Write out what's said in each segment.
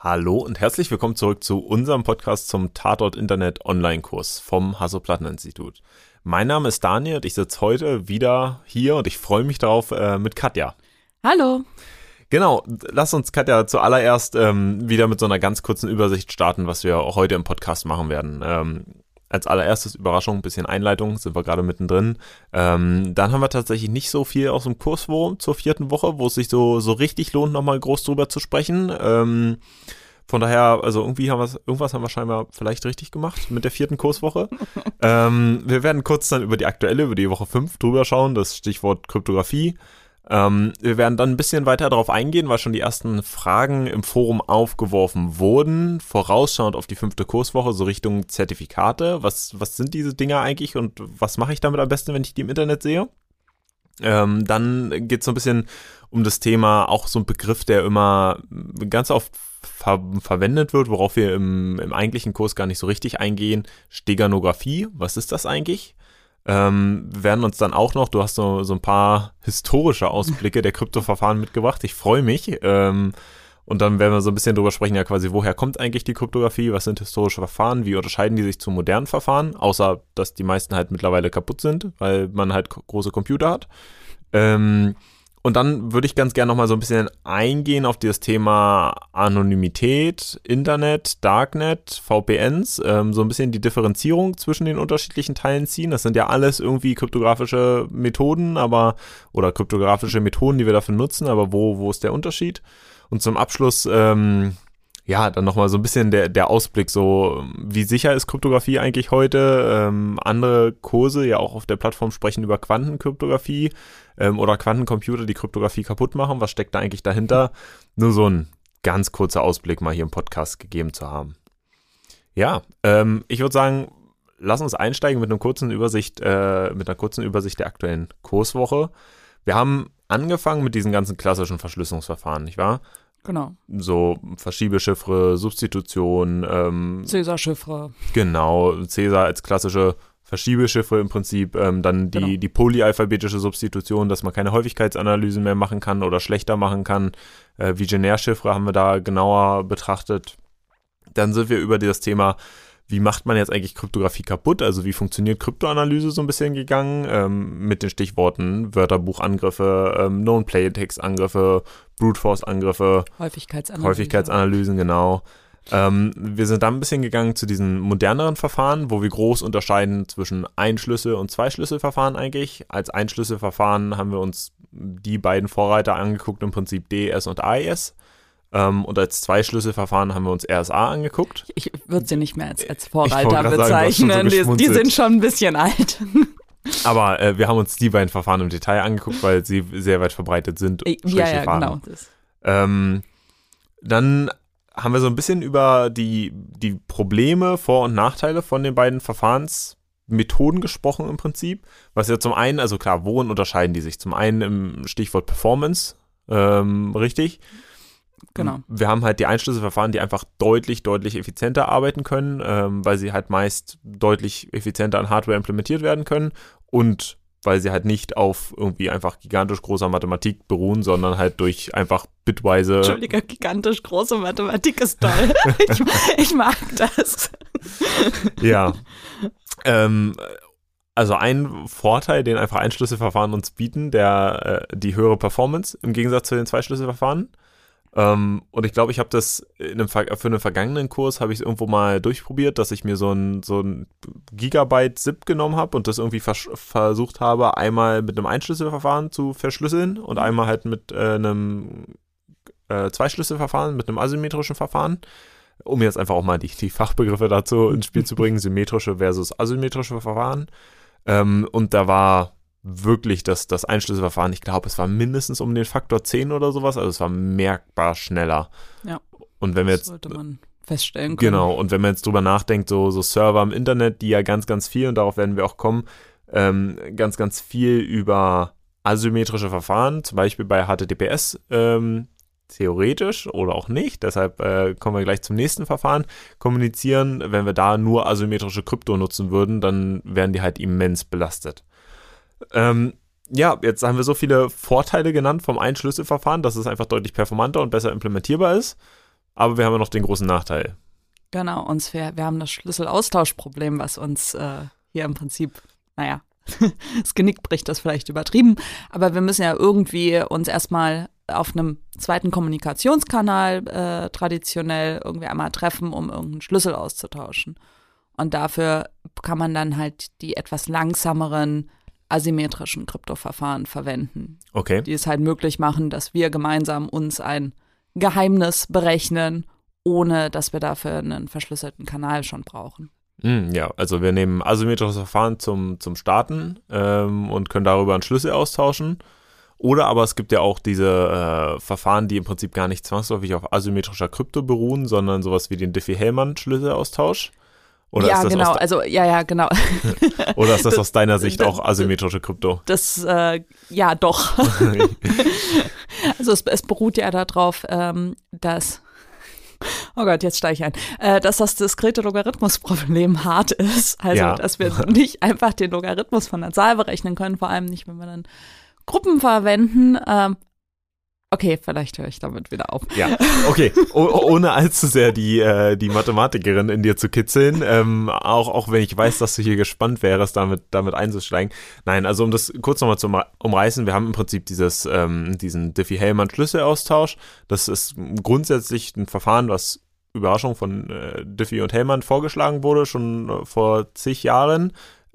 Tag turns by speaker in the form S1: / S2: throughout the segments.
S1: Hallo und herzlich willkommen zurück zu unserem Podcast zum Tatort Internet Online-Kurs vom Hasso-Plattner-Institut. Mein Name ist Daniel und ich sitze heute wieder hier und ich freue mich darauf mit Katja.
S2: Hallo.
S1: Genau, lass uns Katja zuallererst wieder mit so einer ganz kurzen Übersicht starten, was wir heute im Podcast machen werden. Als allererstes Überraschung, ein bisschen Einleitung, sind wir gerade mittendrin. Dann haben wir tatsächlich nicht so viel aus dem Kursforum zur 4. Woche, wo es sich so richtig lohnt, nochmal groß drüber zu sprechen. Von daher, also irgendwas haben wir scheinbar vielleicht richtig gemacht mit der 4. Kurswoche. Wir werden kurz dann über die Woche 5 drüber schauen, das Stichwort Kryptographie. Wir werden dann ein bisschen weiter darauf eingehen, weil schon die ersten Fragen im Forum aufgeworfen wurden, vorausschauend auf die 5. Kurswoche, so Richtung Zertifikate. Was sind diese Dinger eigentlich und was mache ich damit am besten, wenn ich die im Internet sehe? Dann geht es so ein bisschen um das Thema, auch so ein Begriff, der immer ganz oft verwendet wird, worauf wir im eigentlichen Kurs gar nicht so richtig eingehen. Steganographie, was ist das eigentlich? Werden uns dann auch noch, du hast so ein paar historische Ausblicke der Kryptoverfahren mitgebracht, ich freue mich, und dann werden wir so ein bisschen drüber sprechen, ja quasi, woher kommt eigentlich die Kryptographie, was sind historische Verfahren, wie unterscheiden die sich zu modernen Verfahren, außer dass die meisten halt mittlerweile kaputt sind, weil man halt große Computer hat. Und dann würde ich ganz gerne nochmal so ein bisschen eingehen auf das Thema Anonymität, Internet, Darknet, VPNs, so ein bisschen die Differenzierung zwischen den unterschiedlichen Teilen ziehen. Das sind ja alles irgendwie kryptografische Methoden, oder kryptografische Methoden, die wir dafür nutzen, aber wo ist der Unterschied? Und zum Abschluss, dann nochmal so ein bisschen der Ausblick, so wie sicher ist Kryptographie eigentlich heute? Andere Kurse ja auch auf der Plattform sprechen über Quantenkryptographie oder Quantencomputer, die Kryptographie kaputt machen. Was steckt da eigentlich dahinter? Nur so ein ganz kurzer Ausblick mal hier im Podcast gegeben zu haben. Ja, ich würde sagen, lass uns einsteigen mit einer kurzen Übersicht der aktuellen Kurswoche. Wir haben angefangen mit diesen ganzen klassischen Verschlüsselungsverfahren, nicht wahr?
S2: Genau.
S1: So Verschiebechiffre, Substitution.
S2: Cäsar-Chiffre.
S1: Genau, Cäsar als klassische Verschiebechiffre im Prinzip. Dann die polyalphabetische Substitution, dass man keine Häufigkeitsanalysen mehr machen kann oder schlechter machen kann. Vigenère-Chiffre haben wir da genauer betrachtet. Dann sind wir über das Thema, wie macht man jetzt eigentlich Kryptographie kaputt? Also wie funktioniert Kryptoanalyse so ein bisschen gegangen? Mit den Stichworten Wörterbuchangriffe, Known-Plaintext-Angriffe, Brute-Force-Angriffe, Häufigkeitsanalysen, genau. Wir sind dann ein bisschen gegangen zu diesen moderneren Verfahren, wo wir groß unterscheiden zwischen Einschlüssel- und Zweischlüsselverfahren eigentlich. Als Einschlüsselverfahren haben wir uns die beiden Vorreiter angeguckt, im Prinzip DES und AES. Und als Zweischlüsselverfahren haben wir uns RSA angeguckt.
S2: Ich würde sie nicht mehr als Vorreiter bezeichnen, die sind schon ein bisschen alt.
S1: Aber wir haben uns die beiden Verfahren im Detail angeguckt, weil sie sehr weit verbreitet sind.
S2: Ja, genau.
S1: Dann haben wir so ein bisschen über die Probleme, Vor- und Nachteile von den beiden Verfahrensmethoden gesprochen im Prinzip. Was ja zum einen, also klar, worin unterscheiden die sich? Zum einen im Stichwort Performance, richtig?
S2: Genau.
S1: Wir haben halt die Einschlüsselverfahren, die einfach deutlich effizienter arbeiten können, weil sie halt meist deutlich effizienter an Hardware implementiert werden können und weil sie halt nicht auf irgendwie einfach gigantisch großer Mathematik beruhen, sondern halt durch einfach bitweise...
S2: Entschuldige, gigantisch große Mathematik ist toll. Ich mag das.
S1: Ja. Also ein Vorteil, den einfach Einschlüsselverfahren uns bieten, die höhere Performance im Gegensatz zu den Zweischlüsselverfahren. Und ich glaube, ich habe das für einen vergangenen Kurs habe ich es irgendwo mal durchprobiert, dass ich mir so ein Gigabyte ZIP genommen habe und das irgendwie versucht habe, einmal mit einem Einschlüsselverfahren zu verschlüsseln und einmal halt mit einem Zweischlüsselverfahren, mit einem asymmetrischen Verfahren, um jetzt einfach auch mal die Fachbegriffe dazu ins Spiel zu bringen, symmetrische versus asymmetrische Verfahren. Und da war wirklich das Einschlüsselverfahren, ich glaube, es war mindestens um den Faktor 10 oder sowas, also es war merkbar schneller.
S2: Ja,
S1: und wenn wir jetzt,
S2: sollte man feststellen können.
S1: Genau, und wenn man jetzt drüber nachdenkt, so Server im Internet, die ja ganz viel, und darauf werden wir auch kommen, ganz viel über asymmetrische Verfahren, zum Beispiel bei HTTPS, theoretisch oder auch nicht, deshalb kommen wir gleich zum nächsten Verfahren, kommunizieren. Wenn wir da nur asymmetrische Krypto nutzen würden, dann wären die halt immens belastet. Jetzt haben wir so viele Vorteile genannt vom Einschlüsselverfahren, dass es einfach deutlich performanter und besser implementierbar ist. aber wir haben ja noch den großen Nachteil.
S2: Genau, wir haben das Schlüsselaustauschproblem, was uns hier im Prinzip, naja, das Genick bricht, das vielleicht übertrieben, aber wir müssen ja irgendwie uns erstmal auf einem zweiten Kommunikationskanal traditionell irgendwie einmal treffen, um irgendeinen Schlüssel auszutauschen. Und dafür kann man dann halt die etwas langsameren asymmetrischen Kryptoverfahren verwenden,
S1: Okay.
S2: die es halt möglich machen, dass wir gemeinsam uns ein Geheimnis berechnen, ohne dass wir dafür einen verschlüsselten Kanal schon brauchen.
S1: Ja, also wir nehmen asymmetrisches Verfahren zum Starten und können darüber einen Schlüssel austauschen. Oder aber es gibt ja auch diese Verfahren, die im Prinzip gar nicht zwangsläufig auf asymmetrischer Krypto beruhen, sondern sowas wie den Diffie-Hellman-Schlüsselaustausch. Oder
S2: Ja,
S1: ist das
S2: genau, genau.
S1: Oder ist das aus deiner Sicht auch asymmetrische Krypto?
S2: Ja, doch. Also es beruht ja darauf, dass, oh Gott, jetzt steige ich ein, dass das diskrete Logarithmusproblem hart ist. Also,
S1: Ja.
S2: dass wir nicht einfach den Logarithmus von einer Zahl berechnen können, vor allem nicht, wenn wir dann Gruppen verwenden. Okay, vielleicht höre ich damit wieder auf.
S1: Ja, okay. Ohne allzu sehr die Mathematikerin in dir zu kitzeln, auch wenn ich weiß, dass du hier gespannt wärst, damit einzusteigen. Nein, also um das kurz nochmal zu umreißen, wir haben im Prinzip diesen Diffie-Hellman-Schlüsselaustausch. Das ist grundsätzlich ein Verfahren, was Überraschung von Diffie und Hellman vorgeschlagen wurde, schon vor zig Jahren,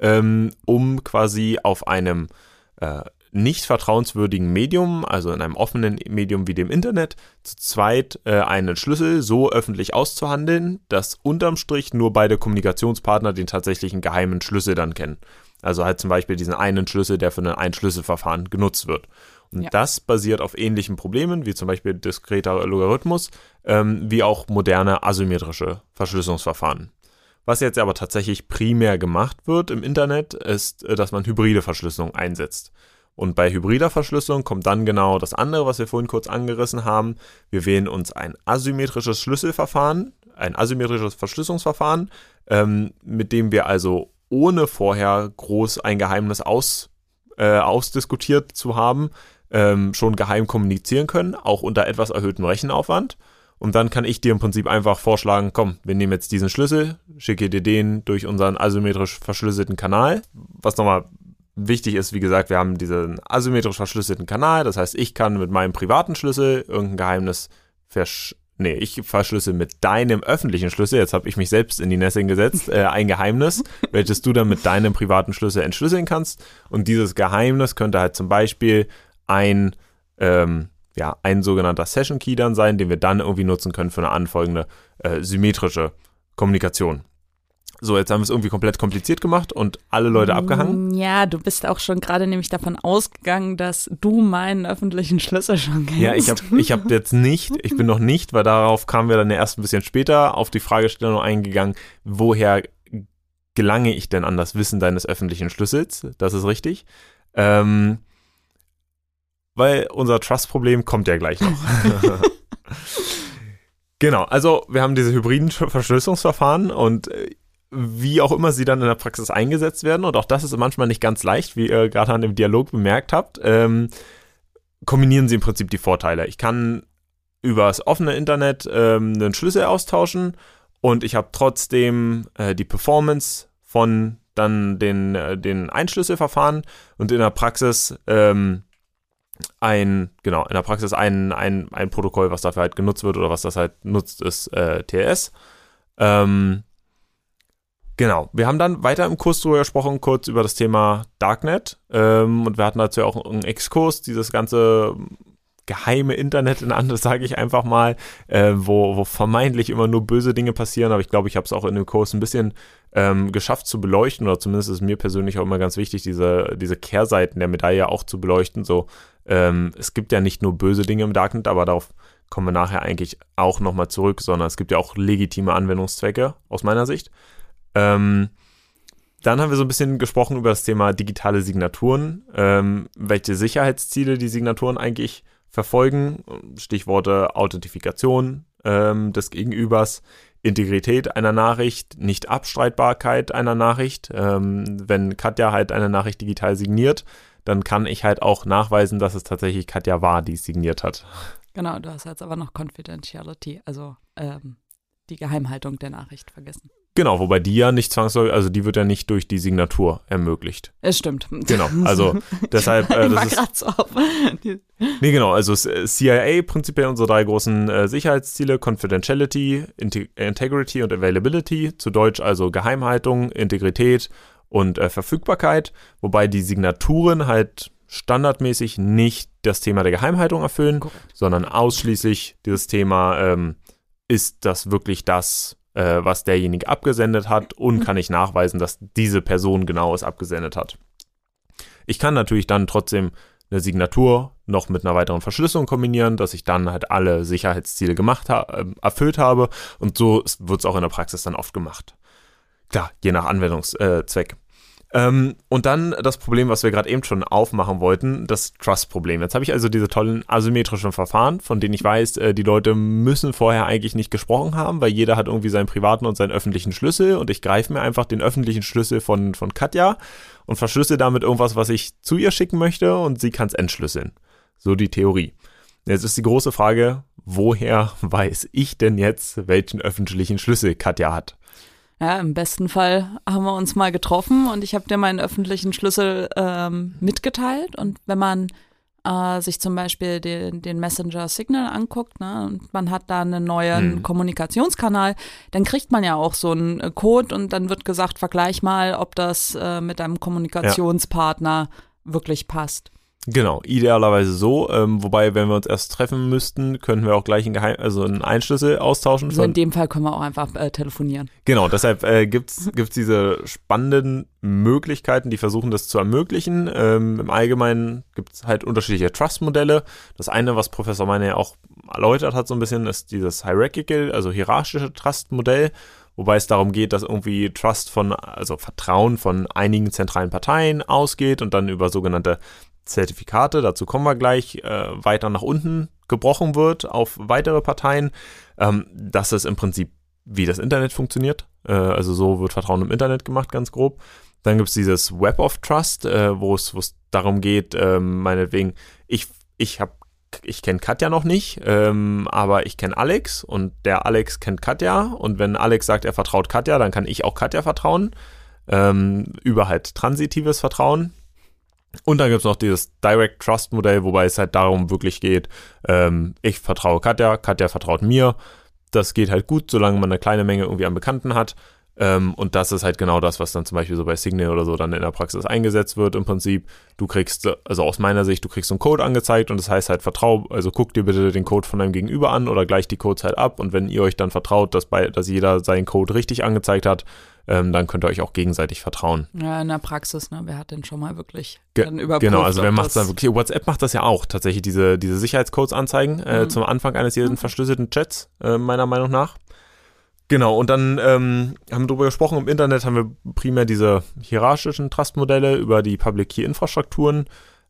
S1: um quasi auf einem nicht vertrauenswürdigen Medium, also in einem offenen Medium wie dem Internet, zu zweit einen Schlüssel so öffentlich auszuhandeln, dass unterm Strich nur beide Kommunikationspartner den tatsächlichen geheimen Schlüssel dann kennen. Also halt zum Beispiel diesen einen Schlüssel, der für ein Einschlüsselverfahren genutzt wird. Und das basiert auf ähnlichen Problemen, wie zum Beispiel diskreter Logarithmus, wie auch moderne asymmetrische Verschlüsselungsverfahren. Was jetzt aber tatsächlich primär gemacht wird im Internet, ist, dass man hybride Verschlüsselung einsetzt. Und bei hybrider Verschlüsselung kommt dann genau das andere, was wir vorhin kurz angerissen haben. Wir wählen uns ein asymmetrisches Schlüsselverfahren, ein asymmetrisches Verschlüsselungsverfahren, mit dem wir also ohne vorher groß ein Geheimnis ausdiskutiert zu haben, schon geheim kommunizieren können, auch unter etwas erhöhtem Rechenaufwand. Und dann kann ich dir im Prinzip einfach vorschlagen, komm, wir nehmen jetzt diesen Schlüssel, schicke dir den durch unseren asymmetrisch verschlüsselten Kanal. Was nochmal wichtig ist, wie gesagt, wir haben diesen asymmetrisch verschlüsselten Kanal. Das heißt, ich kann mit meinem privaten Schlüssel irgendein Geheimnis ich verschlüssel mit deinem öffentlichen Schlüssel, jetzt habe ich mich selbst in die Nässe gesetzt, ein Geheimnis, welches du dann mit deinem privaten Schlüssel entschlüsseln kannst. Und dieses Geheimnis könnte halt zum Beispiel ein sogenannter Session Key dann sein, den wir dann irgendwie nutzen können für eine anfolgende symmetrische Kommunikation. So, jetzt haben wir es irgendwie komplett kompliziert gemacht und alle Leute abgehangen.
S2: Ja, du bist auch schon gerade nämlich davon ausgegangen, dass du meinen öffentlichen Schlüssel schon kennst.
S1: Ja, ich bin noch nicht, weil darauf kamen wir dann ja erst ein bisschen später auf die Fragestellung eingegangen, woher gelange ich denn an das Wissen deines öffentlichen Schlüssels? Das ist richtig. Weil unser Trust-Problem kommt ja gleich noch. Genau, also wir haben diese hybriden Verschlüsselungsverfahren und wie auch immer sie dann in der Praxis eingesetzt werden, und auch das ist manchmal nicht ganz leicht, wie ihr gerade an dem Dialog bemerkt habt, kombinieren sie im Prinzip die Vorteile. Ich kann über das offene Internet einen Schlüssel austauschen und ich habe trotzdem die Performance von dann den Einschlüsselverfahren und in der Praxis ein Protokoll, was dafür halt genutzt wird oder was das halt nutzt, ist TLS. Genau, wir haben dann weiter im Kurs drüber gesprochen, kurz über das Thema Darknet, und wir hatten dazu auch einen Exkurs, dieses ganze geheime Internet in anderes, sage ich einfach mal, wo vermeintlich immer nur böse Dinge passieren, aber ich glaube, ich habe es auch in dem Kurs ein bisschen geschafft zu beleuchten, oder zumindest ist mir persönlich auch immer ganz wichtig, diese Kehrseiten der Medaille auch zu beleuchten. So, es gibt ja nicht nur böse Dinge im Darknet, aber darauf kommen wir nachher eigentlich auch nochmal zurück, sondern es gibt ja auch legitime Anwendungszwecke aus meiner Sicht. Dann haben wir so ein bisschen gesprochen über das Thema digitale Signaturen, welche Sicherheitsziele die Signaturen eigentlich verfolgen. Stichworte Authentifikation des Gegenübers, Integrität einer Nachricht, Nicht-Abstreitbarkeit einer Nachricht. Wenn Katja halt eine Nachricht digital signiert, dann kann ich halt auch nachweisen, dass es tatsächlich Katja war, die es signiert hat.
S2: Genau, du hast jetzt aber noch Confidentiality, also die Geheimhaltung der Nachricht vergessen.
S1: Genau, wobei die ja nicht zwangsläufig, also die wird ja nicht durch die Signatur ermöglicht.
S2: Es stimmt.
S1: Genau, also deshalb.
S2: Ich war gerade so auf.
S1: Nee, genau, also CIA prinzipiell unsere 3 großen Sicherheitsziele: Confidentiality, Integrity und Availability. Zu Deutsch also Geheimhaltung, Integrität und Verfügbarkeit. Wobei die Signaturen halt standardmäßig nicht das Thema der Geheimhaltung erfüllen, sondern ausschließlich dieses Thema, ist das wirklich das, was derjenige abgesendet hat und kann ich nachweisen, dass diese Person genau es abgesendet hat. Ich kann natürlich dann trotzdem eine Signatur noch mit einer weiteren Verschlüsselung kombinieren, dass ich dann halt alle Sicherheitsziele erfüllt habe und so wird es auch in der Praxis dann oft gemacht. Klar, je nach Anwendungszweck. Und dann das Problem, was wir gerade eben schon aufmachen wollten, das Trust-Problem. Jetzt habe ich also diese tollen asymmetrischen Verfahren, von denen ich weiß, die Leute müssen vorher eigentlich nicht gesprochen haben, weil jeder hat irgendwie seinen privaten und seinen öffentlichen Schlüssel und ich greife mir einfach den öffentlichen Schlüssel von Katja und verschlüssel damit irgendwas, was ich zu ihr schicken möchte und sie kann es entschlüsseln. So die Theorie. Jetzt ist die große Frage, woher weiß ich denn jetzt, welchen öffentlichen Schlüssel Katja hat?
S2: Ja, im besten Fall haben wir uns mal getroffen und ich habe dir meinen öffentlichen Schlüssel mitgeteilt. Und wenn man sich zum Beispiel den Messenger Signal anguckt, ne, und man hat da einen neuen Kommunikationskanal, dann kriegt man ja auch so einen Code und dann wird gesagt, vergleich mal, ob das mit deinem Kommunikationspartner wirklich passt.
S1: Genau, idealerweise so, wobei, wenn wir uns erst treffen müssten, könnten wir auch gleich einen Einschlüssel austauschen.
S2: Also in dem Fall können wir auch einfach telefonieren.
S1: Genau, deshalb gibt's diese spannenden Möglichkeiten, die versuchen, das zu ermöglichen. Im Allgemeinen gibt's halt unterschiedliche Trust-Modelle. Das eine, was Professor Meine ja auch erläutert hat so ein bisschen, ist dieses Hierarchical, also hierarchische Trust-Modell, wobei es darum geht, dass irgendwie also Vertrauen von einigen zentralen Parteien ausgeht und dann über sogenannte Zertifikate, dazu kommen wir gleich, weiter nach unten gebrochen wird auf weitere Parteien. Das ist im Prinzip, wie das Internet funktioniert. Also so wird Vertrauen im Internet gemacht, ganz grob. Dann gibt es dieses Web of Trust, wo es darum geht, meinetwegen, ich kenne Katja noch nicht, aber ich kenne Alex und der Alex kennt Katja und wenn Alex sagt, er vertraut Katja, dann kann ich auch Katja vertrauen, über halt transitives Vertrauen. Und dann gibt es noch dieses Direct Trust Modell, wobei es halt darum wirklich geht, ich vertraue Katja, Katja vertraut mir. Das geht halt gut, solange man eine kleine Menge irgendwie an Bekannten hat. Und das ist halt genau das, was dann zum Beispiel so bei Signal oder so dann in der Praxis eingesetzt wird im Prinzip. Du kriegst, also aus meiner Sicht, du kriegst so einen Code angezeigt und das heißt halt also guck dir bitte den Code von deinem Gegenüber an oder gleich die Codes halt ab und wenn ihr euch dann vertraut, dass jeder seinen Code richtig angezeigt hat, dann könnt ihr euch auch gegenseitig vertrauen.
S2: Ja, in der Praxis, ne? Wer hat denn schon mal wirklich dann überprüft?
S1: Genau, also wer macht es dann wirklich? WhatsApp macht das ja auch, tatsächlich diese Sicherheitscodes anzeigen zum Anfang eines jeden verschlüsselten Chats, meiner Meinung nach. Genau, und dann haben wir darüber gesprochen, im Internet haben wir primär diese hierarchischen Trust-Modelle über die Public-Key-Infrastrukturen,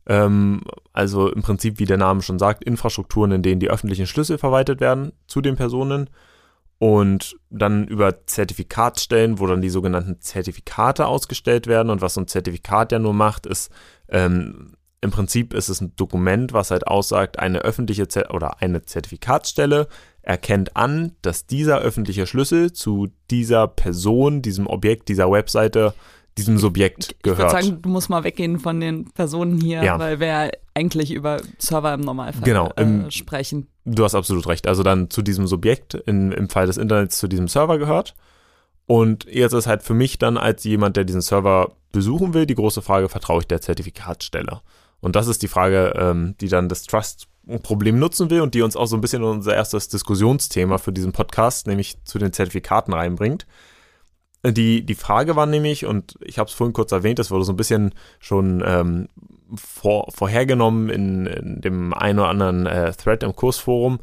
S1: also im Prinzip, wie der Name schon sagt, Infrastrukturen, in denen die öffentlichen Schlüssel verwaltet werden zu den Personen. Und dann über Zertifikatsstellen, wo dann die sogenannten Zertifikate ausgestellt werden. Und was so ein Zertifikat ja nur macht, ist, im Prinzip ist es ein Dokument, was halt aussagt, eine öffentliche oder eine Zertifikatsstelle erkennt an, dass dieser öffentliche Schlüssel zu dieser Person, diesem Objekt, dieser Webseite, diesem Subjekt gehört.
S2: Ich würde sagen, du musst mal weggehen von den Personen hier, weil wir eigentlich über Server im Normalfall sprechen.
S1: Du hast absolut recht. Also dann zu diesem Subjekt, im Fall des Internets zu diesem Server gehört. Und jetzt ist halt für mich dann als jemand, der diesen Server besuchen will, die große Frage, vertraue ich der Zertifikatsstelle? Und das ist die Frage, die dann das Trust-Problem nutzen will und die uns auch so ein bisschen in unser erstes Diskussionsthema für diesen Podcast, nämlich zu den Zertifikaten reinbringt. Die Frage war nämlich, und ich habe es vorhin kurz erwähnt, das wurde so ein bisschen schon vorhergenommen in dem einen oder anderen Thread im Kursforum.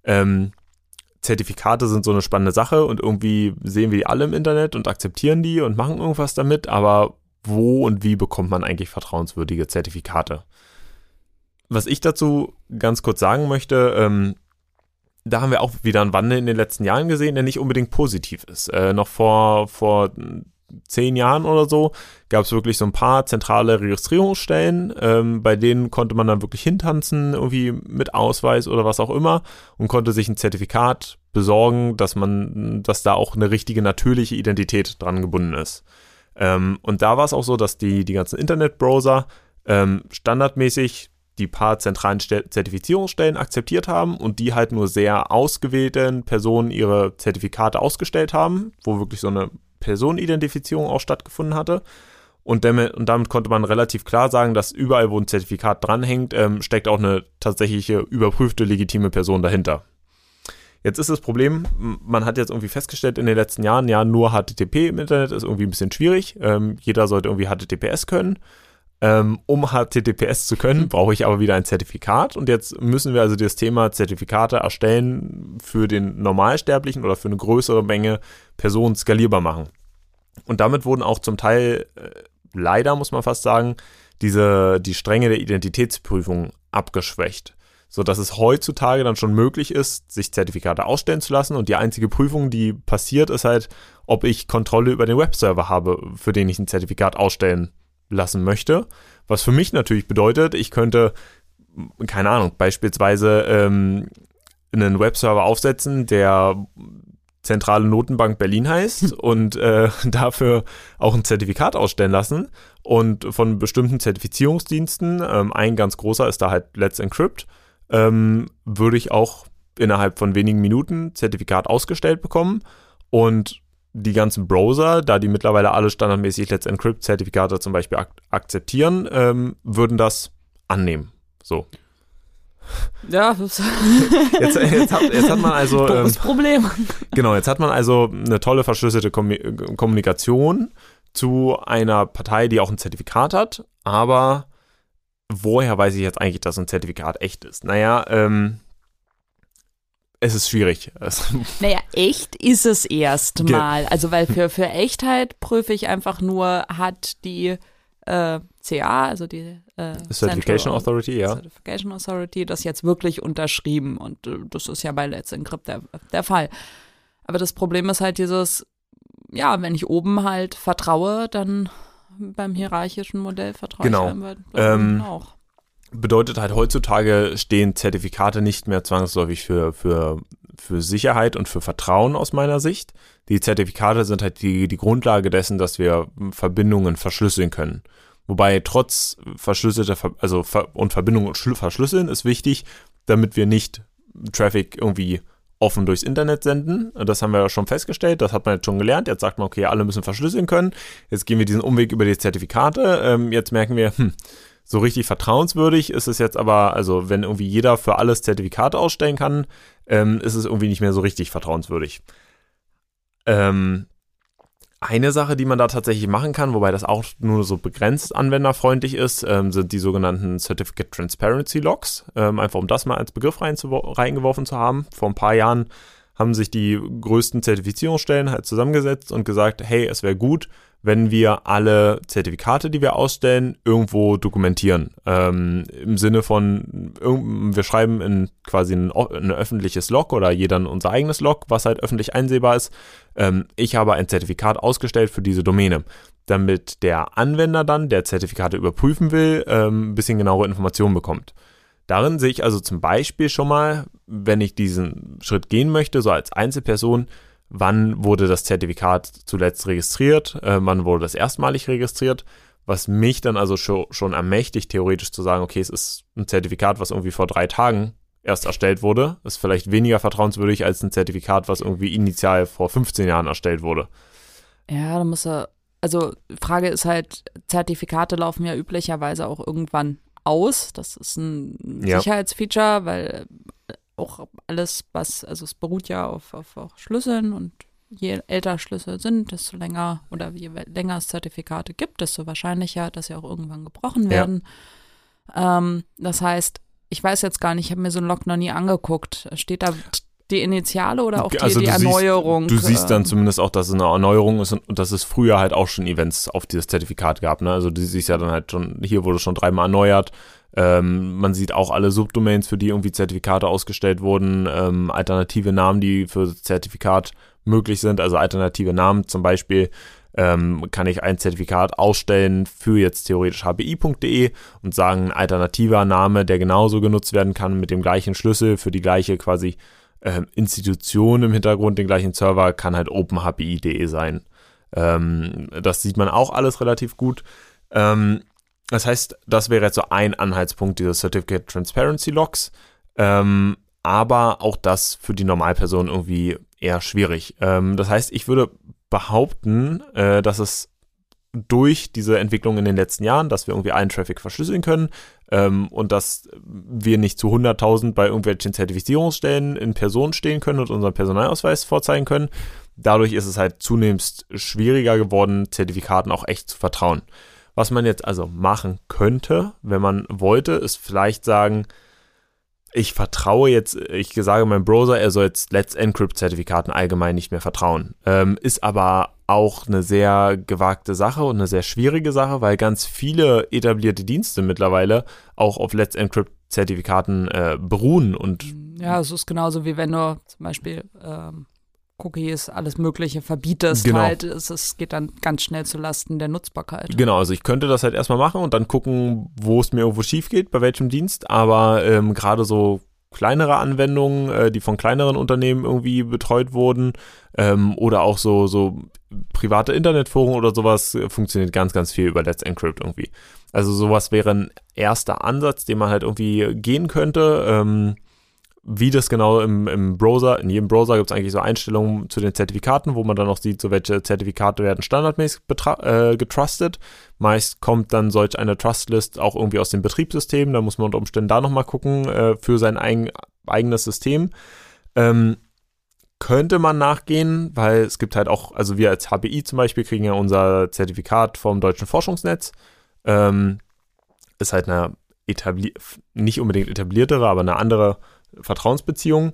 S1: Zertifikate sind so eine spannende Sache und irgendwie sehen wir die alle im Internet und akzeptieren die und machen irgendwas damit, aber wo und wie bekommt man eigentlich vertrauenswürdige Zertifikate? Was ich dazu ganz kurz sagen möchte, da haben wir auch wieder einen Wandel in den letzten Jahren gesehen, der nicht unbedingt positiv ist. Noch vor 10 Jahren oder so, gab es wirklich so ein paar zentrale Registrierungsstellen, bei denen konnte man dann wirklich hintanzen, irgendwie mit Ausweis oder was auch immer und konnte sich ein Zertifikat besorgen, dass da auch eine richtige natürliche Identität dran gebunden ist. Und da war es auch so, dass die ganzen Internetbrowser standardmäßig die paar zentralen Zertifizierungsstellen akzeptiert haben und die halt nur sehr ausgewählten Personen ihre Zertifikate ausgestellt haben, wo wirklich so eine Personenidentifizierung auch stattgefunden hatte. Und damit konnte man relativ klar sagen, dass überall, wo ein Zertifikat dranhängt, steckt auch eine tatsächliche überprüfte legitime Person dahinter. Jetzt ist das Problem, man hat jetzt irgendwie festgestellt in den letzten Jahren, ja, nur HTTP im Internet ist irgendwie ein bisschen schwierig. Jeder sollte irgendwie HTTPS können. Um HTTPS zu können, brauche ich aber wieder ein Zertifikat und jetzt müssen wir also das Thema Zertifikate erstellen für den Normalsterblichen oder für eine größere Menge Personen skalierbar machen. Und damit wurden auch zum Teil, leider muss man fast sagen, die Stränge der Identitätsprüfung abgeschwächt, sodass es heutzutage dann schon möglich ist, sich Zertifikate ausstellen zu lassen und die einzige Prüfung, die passiert, ist halt, ob ich Kontrolle über den Webserver habe, für den ich ein Zertifikat ausstellen lassen möchte, was für mich natürlich bedeutet, ich könnte, keine Ahnung, beispielsweise einen Webserver aufsetzen, der Zentrale Notenbank Berlin heißt und dafür auch ein Zertifikat ausstellen lassen und von bestimmten Zertifizierungsdiensten, ein ganz großer ist da halt Let's Encrypt, würde ich auch innerhalb von wenigen Minuten Zertifikat ausgestellt bekommen und die ganzen Browser, da die mittlerweile alle standardmäßig Let's Encrypt-Zertifikate zum Beispiel akzeptieren, würden das annehmen. So.
S2: Ja,
S1: jetzt hat man also
S2: das Problem.
S1: Genau, jetzt hat man also eine tolle verschlüsselte Kommunikation zu einer Partei, die auch ein Zertifikat hat, aber woher weiß ich jetzt eigentlich, dass ein Zertifikat echt ist? Naja, es ist schwierig.
S2: Naja, echt ist es erstmal. Also, weil für Echtheit prüfe ich einfach nur, hat die CA, also die
S1: Certification Authority, ja.
S2: Certification Authority, das jetzt wirklich unterschrieben. Und das ist ja bei Let's Encrypt der Fall. Aber das Problem ist halt dieses, ja, wenn ich oben halt vertraue, dann beim hierarchischen Modell vertraue ich einem auch.
S1: Bedeutet halt, heutzutage stehen Zertifikate nicht mehr zwangsläufig für Sicherheit und für Vertrauen aus meiner Sicht. Die Zertifikate sind halt die Grundlage dessen, dass wir Verbindungen verschlüsseln können. Wobei trotz Verbindungen verschlüsseln ist wichtig, damit wir nicht Traffic irgendwie offen durchs Internet senden. Das haben wir ja schon festgestellt, das hat man jetzt schon gelernt. Jetzt sagt man, okay, alle müssen verschlüsseln können. Jetzt gehen wir diesen Umweg über die Zertifikate. Jetzt merken wir, so richtig vertrauenswürdig ist es jetzt aber, also wenn irgendwie jeder für alles Zertifikate ausstellen kann, ist es irgendwie nicht mehr so richtig vertrauenswürdig. Eine Sache, die man da tatsächlich machen kann, wobei das auch nur so begrenzt anwenderfreundlich ist, sind die sogenannten Certificate Transparency Logs. Einfach um das mal als Begriff reingeworfen zu haben. Vor ein paar Jahren haben sich die größten Zertifizierungsstellen halt zusammengesetzt und gesagt, hey, es wäre gut, wenn wir alle Zertifikate, die wir ausstellen, irgendwo dokumentieren. Im Sinne von, wir schreiben in quasi ein öffentliches Log oder jeder unser eigenes Log, was halt öffentlich einsehbar ist. Ich habe ein Zertifikat ausgestellt für diese Domäne, damit der Anwender dann, der Zertifikate überprüfen will, ein bisschen genauere Informationen bekommt. Darin sehe ich also zum Beispiel schon mal, wenn ich diesen Schritt gehen möchte, so als Einzelperson, wann wurde das Zertifikat zuletzt registriert, wann wurde das erstmalig registriert, was mich dann also schon ermächtigt, theoretisch zu sagen, okay, es ist ein Zertifikat, was irgendwie vor 3 Tagen erst erstellt wurde, ist vielleicht weniger vertrauenswürdig als ein Zertifikat, was irgendwie initial vor 15 Jahren erstellt wurde.
S2: Ja, da muss er, also Frage ist halt, Zertifikate laufen ja üblicherweise auch irgendwann aus, das ist ein Sicherheitsfeature, weil auch alles, also es beruht ja auf Schlüsseln und je älter Schlüssel sind, desto länger oder je länger es Zertifikate gibt, desto wahrscheinlicher, dass sie auch irgendwann gebrochen werden. Das heißt, ich weiß jetzt gar nicht, ich habe mir so ein Log noch nie angeguckt. Steht da die Initiale oder auch die Erneuerung?
S1: Du siehst dann zumindest auch, dass es eine Erneuerung ist und dass es früher halt auch schon Events auf dieses Zertifikat gab. Ne? Also du siehst ja dann halt schon, hier wurde schon 3-mal erneuert. Man sieht auch alle Subdomains, für die irgendwie Zertifikate ausgestellt wurden, alternative Namen, die für Zertifikat möglich sind, also alternative Namen zum Beispiel kann ich ein Zertifikat ausstellen für jetzt theoretisch hbi.de und sagen, ein alternativer Name, der genauso genutzt werden kann mit dem gleichen Schlüssel für die gleiche quasi Institution im Hintergrund, den gleichen Server, kann halt openhbi.de sein. Das sieht man auch alles relativ gut. Das heißt, das wäre jetzt so ein Anhaltspunkt dieser Certificate Transparency Logs. Aber auch das für die Normalperson irgendwie eher schwierig. Das heißt, ich würde behaupten, dass es durch diese Entwicklung in den letzten Jahren, dass wir irgendwie allen Traffic verschlüsseln können und dass wir nicht zu 100.000 bei irgendwelchen Zertifizierungsstellen in Person stehen können und unseren Personalausweis vorzeigen können. Dadurch ist es halt zunehmend schwieriger geworden, Zertifikaten auch echt zu vertrauen. Was man jetzt also machen könnte, wenn man wollte, ist vielleicht sagen, ich vertraue jetzt, ich sage meinem Browser, er soll jetzt Let's Encrypt-Zertifikaten allgemein nicht mehr vertrauen. Ist aber auch eine sehr gewagte Sache und eine sehr schwierige Sache, weil ganz viele etablierte Dienste mittlerweile auch auf Let's Encrypt-Zertifikaten beruhen. Und
S2: ja, es ist genauso wie wenn du zum Beispiel Cookies, alles Mögliche verbietest,
S1: genau.
S2: Halt, es geht dann ganz schnell zu Lasten der Nutzbarkeit.
S1: Genau, also ich könnte das halt erstmal machen und dann gucken, wo es mir irgendwo schief geht, bei welchem Dienst, aber gerade so kleinere Anwendungen, die von kleineren Unternehmen irgendwie betreut wurden oder auch so private Internetforen oder sowas, funktioniert ganz, ganz viel über Let's Encrypt irgendwie. Also sowas wäre ein erster Ansatz, den man halt irgendwie gehen könnte. Wie das genau im Browser, in jedem Browser gibt es eigentlich so Einstellungen zu den Zertifikaten, wo man dann auch sieht, so welche Zertifikate werden standardmäßig getrustet. Meist kommt dann solch eine Trustlist auch irgendwie aus dem Betriebssystem, da muss man unter Umständen da nochmal gucken für sein eigenes System. Könnte man nachgehen, weil es gibt halt auch, also wir als HBI zum Beispiel kriegen ja unser Zertifikat vom Deutschen Forschungsnetz. Ist halt eine nicht unbedingt etabliertere, aber eine andere Vertrauensbeziehung.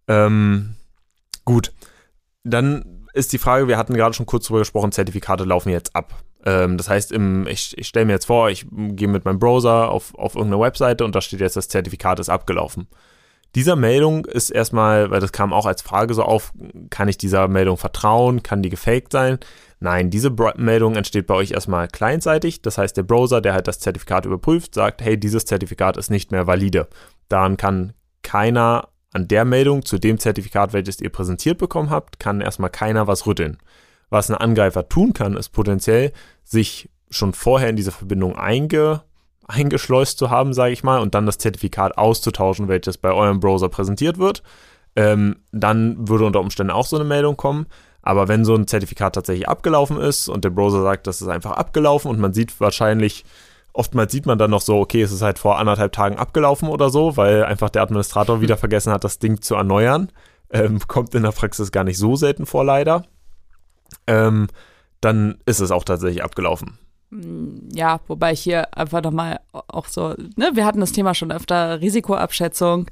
S1: Gut, dann ist die Frage, wir hatten gerade schon kurz drüber gesprochen, Zertifikate laufen jetzt ab. Das heißt, ich stelle mir jetzt vor, ich gehe mit meinem Browser auf irgendeine Webseite und da steht jetzt, das Zertifikat ist abgelaufen. Dieser Meldung ist erstmal, weil das kam auch als Frage so auf, kann ich dieser Meldung vertrauen, kann die gefaked sein? Nein, diese Meldung entsteht bei euch erstmal clientseitig, das heißt, der Browser, der halt das Zertifikat überprüft, sagt, hey, dieses Zertifikat ist nicht mehr valide. Daran kann keiner an der Meldung zu dem Zertifikat, welches ihr präsentiert bekommen habt, kann erstmal keiner was rütteln. Was ein Angreifer tun kann, ist potenziell, sich schon vorher in diese Verbindung eingeschleust zu haben, sage ich mal, und dann das Zertifikat auszutauschen, welches bei eurem Browser präsentiert wird. Dann würde unter Umständen auch so eine Meldung kommen. Aber wenn so ein Zertifikat tatsächlich abgelaufen ist und der Browser sagt, das ist einfach abgelaufen und man sieht wahrscheinlich, oftmals sieht man dann noch so, okay, es ist halt vor 1,5 Tagen abgelaufen oder so, weil einfach der Administrator wieder vergessen hat, das Ding zu erneuern. Kommt in der Praxis gar nicht so selten vor, leider. Dann ist es auch tatsächlich abgelaufen.
S2: Ja, wobei ich hier einfach nochmal auch so, ne, wir hatten das Thema schon öfter, Risikoabschätzung.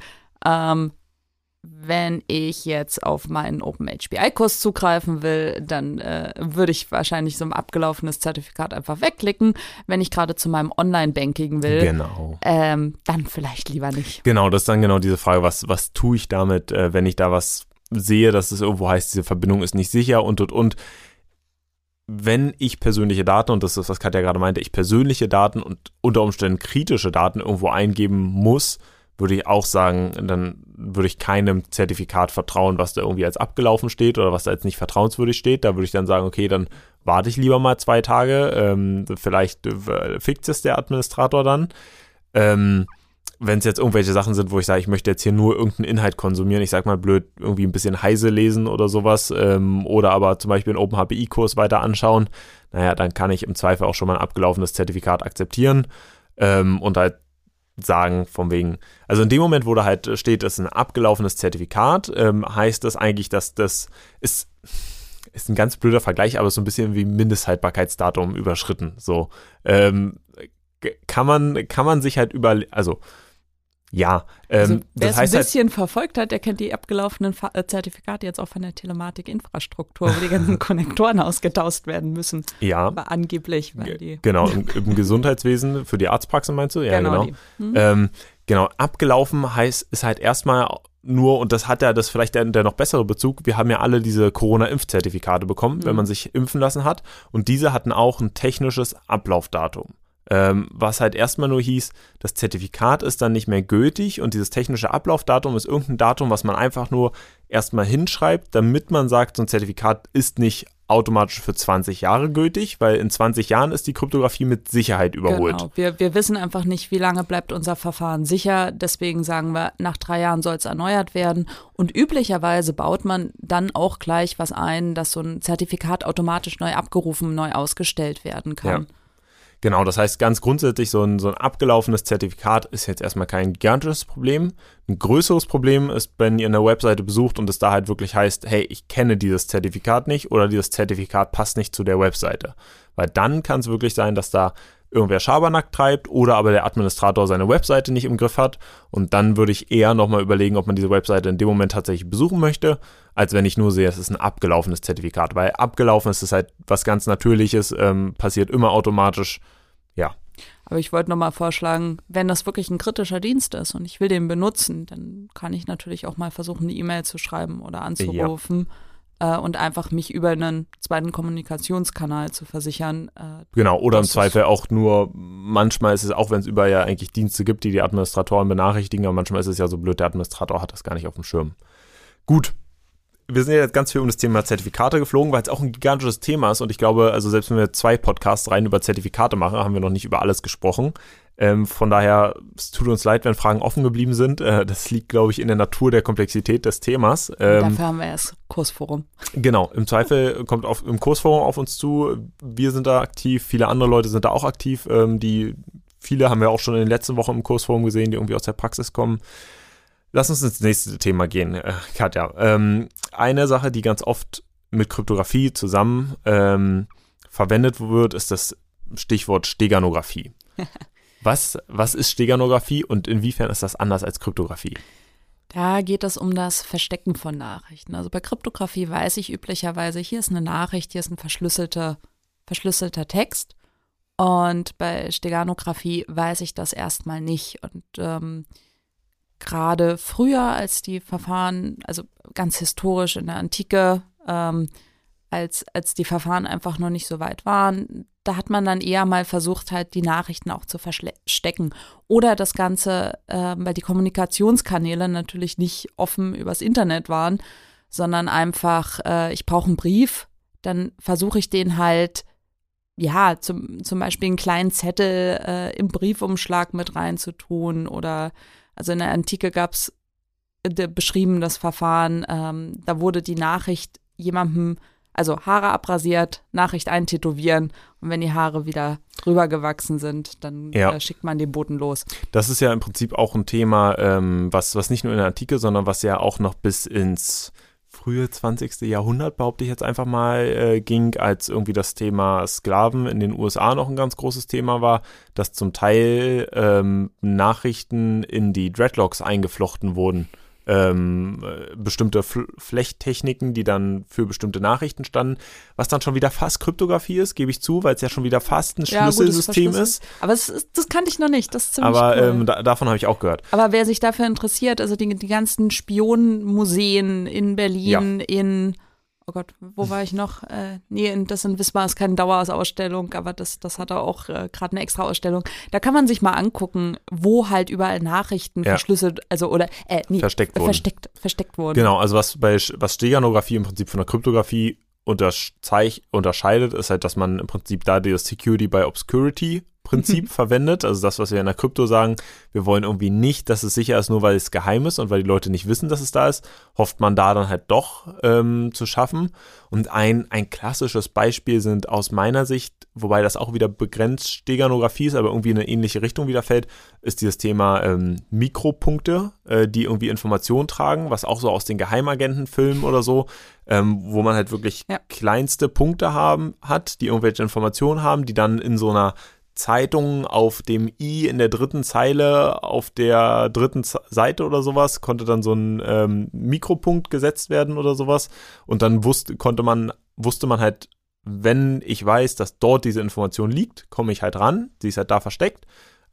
S2: Wenn ich jetzt auf meinen OpenHBI-Kurs zugreifen will, dann würde ich wahrscheinlich so ein abgelaufenes Zertifikat einfach wegklicken. Wenn ich gerade zu meinem Online-Banking will,
S1: genau.
S2: Dann vielleicht lieber nicht.
S1: Genau, das ist dann genau diese Frage, was tue ich damit, wenn ich da was sehe, dass es irgendwo heißt, diese Verbindung ist nicht sicher und. Wenn ich persönliche Daten, und das ist, was Katja gerade meinte, ich persönliche Daten und unter Umständen kritische Daten irgendwo eingeben muss, würde ich auch sagen, dann würde ich keinem Zertifikat vertrauen, was da irgendwie als abgelaufen steht oder was da jetzt nicht vertrauenswürdig steht. Da würde ich dann sagen, okay, dann warte ich lieber mal 2 Tage, vielleicht fixt es der Administrator dann. Wenn es jetzt irgendwelche Sachen sind, wo ich sage, ich möchte jetzt hier nur irgendeinen Inhalt konsumieren, ich sag mal blöd, irgendwie ein bisschen Heise lesen oder sowas, oder aber zum Beispiel einen OpenHBI-Kurs weiter anschauen, naja, dann kann ich im Zweifel auch schon mal ein abgelaufenes Zertifikat akzeptieren und halt sagen von wegen, also in dem Moment, wo da halt steht, es ist ein abgelaufenes Zertifikat, heißt das eigentlich, dass das ist ein ganz blöder Vergleich, aber so ein bisschen wie Mindesthaltbarkeitsdatum überschritten, so, kann man sich halt also ja,
S2: also wer
S1: das
S2: es
S1: heißt
S2: ein bisschen
S1: halt,
S2: verfolgt hat, der kennt die abgelaufenen Zertifikate jetzt auch von der Telematik-Infrastruktur, wo die ganzen Konnektoren ausgetauscht werden müssen.
S1: Ja.
S2: Aber angeblich, weil die.
S1: Genau, im Gesundheitswesen, für die Arztpraxen meinst du? Ja, genau.
S2: Genau.
S1: Genau, abgelaufen ist halt erstmal nur, und das hat ja das vielleicht der noch bessere Bezug, wir haben ja alle diese Corona-Impfzertifikate bekommen, wenn man sich impfen lassen hat. Und diese hatten auch ein technisches Ablaufdatum. Was halt erstmal nur hieß, das Zertifikat ist dann nicht mehr gültig und dieses technische Ablaufdatum ist irgendein Datum, was man einfach nur erstmal hinschreibt, damit man sagt, so ein Zertifikat ist nicht automatisch für 20 Jahre gültig, weil in 20 Jahren ist die Kryptographie mit Sicherheit überholt.
S2: Genau, wir wissen einfach nicht, wie lange bleibt unser Verfahren sicher, deswegen sagen wir, nach 3 Jahren soll es erneuert werden und üblicherweise baut man dann auch gleich was ein, dass so ein Zertifikat automatisch neu abgerufen, neu ausgestellt werden kann.
S1: Ja. Genau, das heißt ganz grundsätzlich, so ein abgelaufenes Zertifikat ist jetzt erstmal kein gigantisches Problem. Ein größeres Problem ist, wenn ihr eine Webseite besucht und es da halt wirklich heißt, hey, ich kenne dieses Zertifikat nicht oder dieses Zertifikat passt nicht zu der Webseite. Weil dann kann es wirklich sein, dass da irgendwer Schabernack treibt oder aber der Administrator seine Webseite nicht im Griff hat und dann würde ich eher nochmal überlegen, ob man diese Webseite in dem Moment tatsächlich besuchen möchte, als wenn ich nur sehe, es ist ein abgelaufenes Zertifikat, weil abgelaufen ist halt was ganz Natürliches, passiert immer automatisch, ja.
S2: Aber ich wollte nochmal vorschlagen, wenn das wirklich ein kritischer Dienst ist und ich will den benutzen, dann kann ich natürlich auch mal versuchen, eine E-Mail zu schreiben oder anzurufen. Und einfach mich über einen zweiten Kommunikationskanal zu versichern.
S1: Genau, oder im Zweifel auch nur, manchmal ist es auch, wenn es überall ja eigentlich Dienste gibt, die Administratoren benachrichtigen, aber manchmal ist es ja so blöd, der Administrator hat das gar nicht auf dem Schirm. Gut, wir sind ja jetzt ganz viel um das Thema Zertifikate geflogen, weil es auch ein gigantisches Thema ist und ich glaube, also selbst wenn wir 2 Podcasts rein über Zertifikate machen, haben wir noch nicht über alles gesprochen. Von daher, es tut uns leid, wenn Fragen offen geblieben sind. Das liegt, glaube ich, in der Natur der Komplexität des Themas.
S2: Dafür haben wir das Kursforum.
S1: Genau, im Zweifel kommt im Kursforum auf uns zu. Wir sind da aktiv, viele andere Leute sind da auch aktiv. Viele haben wir auch schon in den letzten Wochen im Kursforum gesehen, die irgendwie aus der Praxis kommen. Lass uns ins nächste Thema gehen, Katja. Eine Sache, die ganz oft mit Kryptographie zusammen verwendet wird, ist das Stichwort Steganographie. Was ist Steganographie und inwiefern ist das anders als Kryptographie?
S2: Da geht es um das Verstecken von Nachrichten. Also bei Kryptographie weiß ich üblicherweise, hier ist eine Nachricht, hier ist ein verschlüsselter Text. Und bei Steganographie weiß ich das erstmal nicht. Und gerade früher, als die Verfahren, also ganz historisch in der Antike, als die Verfahren einfach noch nicht so weit waren, da hat man dann eher mal versucht, halt die Nachrichten auch zu verstecken. Oder das Ganze, weil die Kommunikationskanäle natürlich nicht offen übers Internet waren, sondern einfach, ich brauche einen Brief, dann versuche ich den halt, ja, zum Beispiel einen kleinen Zettel im Briefumschlag mit reinzutun. Oder, also in der Antike gab es beschrieben das Verfahren, da wurde die Nachricht jemandem, also Haare abrasiert, Nachricht eintätowieren und wenn die Haare wieder drüber gewachsen sind, dann schickt man den Boten los.
S1: Das ist ja im Prinzip auch ein Thema, was nicht nur in der Antike, sondern was ja auch noch bis ins frühe 20. Jahrhundert, behaupte ich jetzt einfach mal, ging, als irgendwie das Thema Sklaven in den USA noch ein ganz großes Thema war, dass zum Teil Nachrichten in die Dreadlocks eingeflochten wurden. Bestimmte Flechttechniken, die dann für bestimmte Nachrichten standen, was dann schon wieder fast Kryptographie ist, gebe ich zu, weil es ja schon wieder fast ein Schlüsselsystem ist.
S2: Aber das kannte ich noch nicht, das ist ziemlich cool.
S1: Davon habe ich auch gehört.
S2: Aber wer sich dafür interessiert, also die ganzen Spionenmuseen in Berlin, oh Gott, wo war ich noch? Das in Wismar ist keine Dauerausstellung, aber das hat auch gerade eine extra Ausstellung. Da kann man sich mal angucken, wo halt überall Nachrichten verschlüsselt, versteckt wurden.
S1: Genau, also was Steganographie im Prinzip von der Kryptographie unterscheidet, ist halt, dass man im Prinzip da das Security by Obscurity Prinzip verwendet, also das, was wir in der Krypto sagen, wir wollen irgendwie nicht, dass es sicher ist, nur weil es geheim ist und weil die Leute nicht wissen, dass es da ist, hofft man da dann halt doch zu schaffen. Und ein klassisches Beispiel sind aus meiner Sicht, wobei das auch wieder begrenzt Steganographie ist, aber irgendwie in eine ähnliche Richtung wieder fällt, ist dieses Thema Mikropunkte, die irgendwie Informationen tragen, was auch so aus den Geheimagentenfilmen oder so, wo man halt wirklich kleinste Punkte hat, die irgendwelche Informationen haben, die dann in so einer Zeitung auf dem I in der 3. Zeile auf der 3. Seite oder sowas konnte dann so ein Mikropunkt gesetzt werden oder sowas und dann wusste man halt, wenn ich weiß, dass dort diese Information liegt, komme ich halt ran, sie ist halt da versteckt,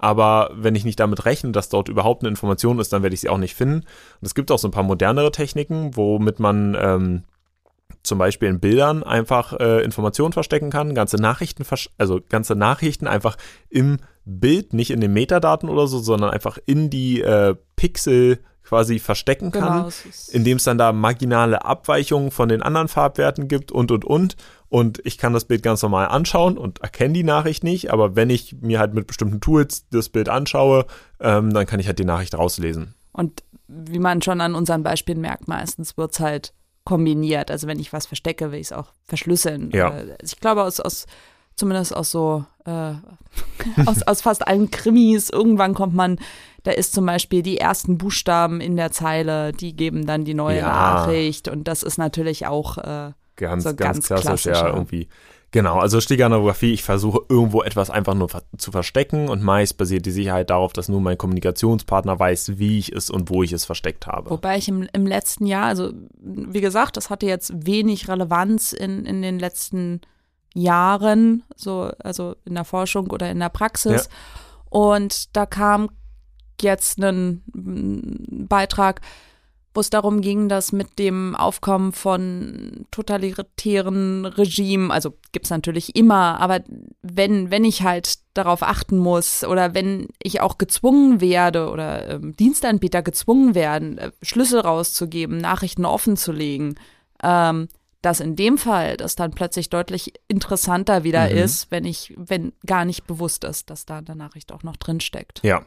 S1: aber wenn ich nicht damit rechne, dass dort überhaupt eine Information ist, dann werde ich sie auch nicht finden. Und es gibt auch so ein paar modernere Techniken, womit man zum Beispiel in Bildern einfach Informationen verstecken kann, ganze Nachrichten einfach im Bild, nicht in den Metadaten oder so, sondern einfach in die Pixel quasi verstecken kann, indem es dann da marginale Abweichungen von den anderen Farbwerten gibt und. Und ich kann das Bild ganz normal anschauen und erkenne die Nachricht nicht, aber wenn ich mir halt mit bestimmten Tools das Bild anschaue, dann kann ich halt die Nachricht rauslesen.
S2: Und wie man schon an unseren Beispielen merkt, meistens wird es halt kombiniert. Also wenn ich was verstecke, will ich es auch verschlüsseln.
S1: Ja.
S2: Ich glaube, zumindest aus so aus fast allen Krimis, irgendwann kommt man, da ist zum Beispiel die ersten Buchstaben in der Zeile, die geben dann die neue Nachricht und das ist natürlich auch
S1: ganz
S2: so
S1: klassisch, ja, irgendwie. Genau, also Steganographie, ich versuche irgendwo etwas einfach nur zu verstecken und meist basiert die Sicherheit darauf, dass nur mein Kommunikationspartner weiß, wie ich es und wo ich es versteckt habe.
S2: Wobei ich im letzten Jahr, also wie gesagt, das hatte jetzt wenig Relevanz in den letzten Jahren, also in der Forschung oder in der Praxis.
S1: Ja.
S2: Und da kam jetzt ein Beitrag, wo es darum ging, dass mit dem Aufkommen von totalitären Regimen, also gibt es natürlich immer, aber wenn ich halt darauf achten muss oder wenn ich auch gezwungen werde oder Dienstanbieter gezwungen werden, Schlüssel rauszugeben, Nachrichten offen zu legen, dass in dem Fall das dann plötzlich deutlich interessanter wieder ist, wenn gar nicht bewusst ist, dass da eine Nachricht auch noch drin steckt.
S1: Ja,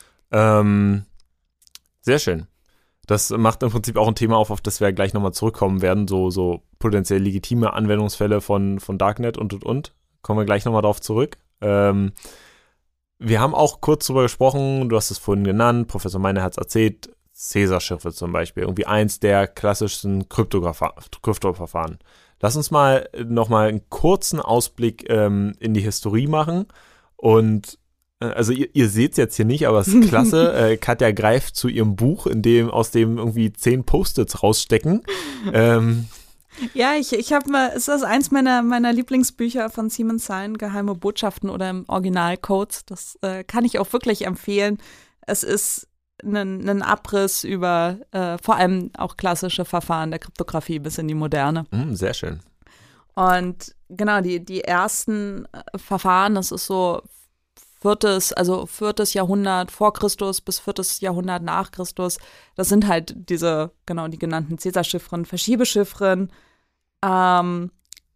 S1: sehr schön. Das macht im Prinzip auch ein Thema auf das wir gleich nochmal zurückkommen werden, so potenziell legitime Anwendungsfälle von Darknet und. Kommen wir gleich nochmal darauf zurück. Wir haben auch kurz drüber gesprochen, du hast es vorhin genannt, Professor Meiner hat es erzählt, Cäsar-Chiffre zum Beispiel, irgendwie eins der klassischsten Kryptoverfahren. Lass uns mal nochmal einen kurzen Ausblick in die Historie machen und also ihr seht es jetzt hier nicht, aber es ist klasse. Katja greift zu ihrem Buch, aus dem irgendwie 10 Post-its rausstecken.
S2: Ja, ich habe mal, es ist eins meiner Lieblingsbücher von Simon Sein, Geheime Botschaften oder im Original Codes. Das kann ich auch wirklich empfehlen. Es ist ein Abriss über vor allem auch klassische Verfahren der Kryptographie bis in die Moderne.
S1: Sehr schön.
S2: Und genau, die ersten Verfahren, das ist so 4. Jahrhundert vor Christus bis 4. Jahrhundert nach Christus. Das sind halt die genannten Cäsar-Chiffren, Verschiebechiffren. Und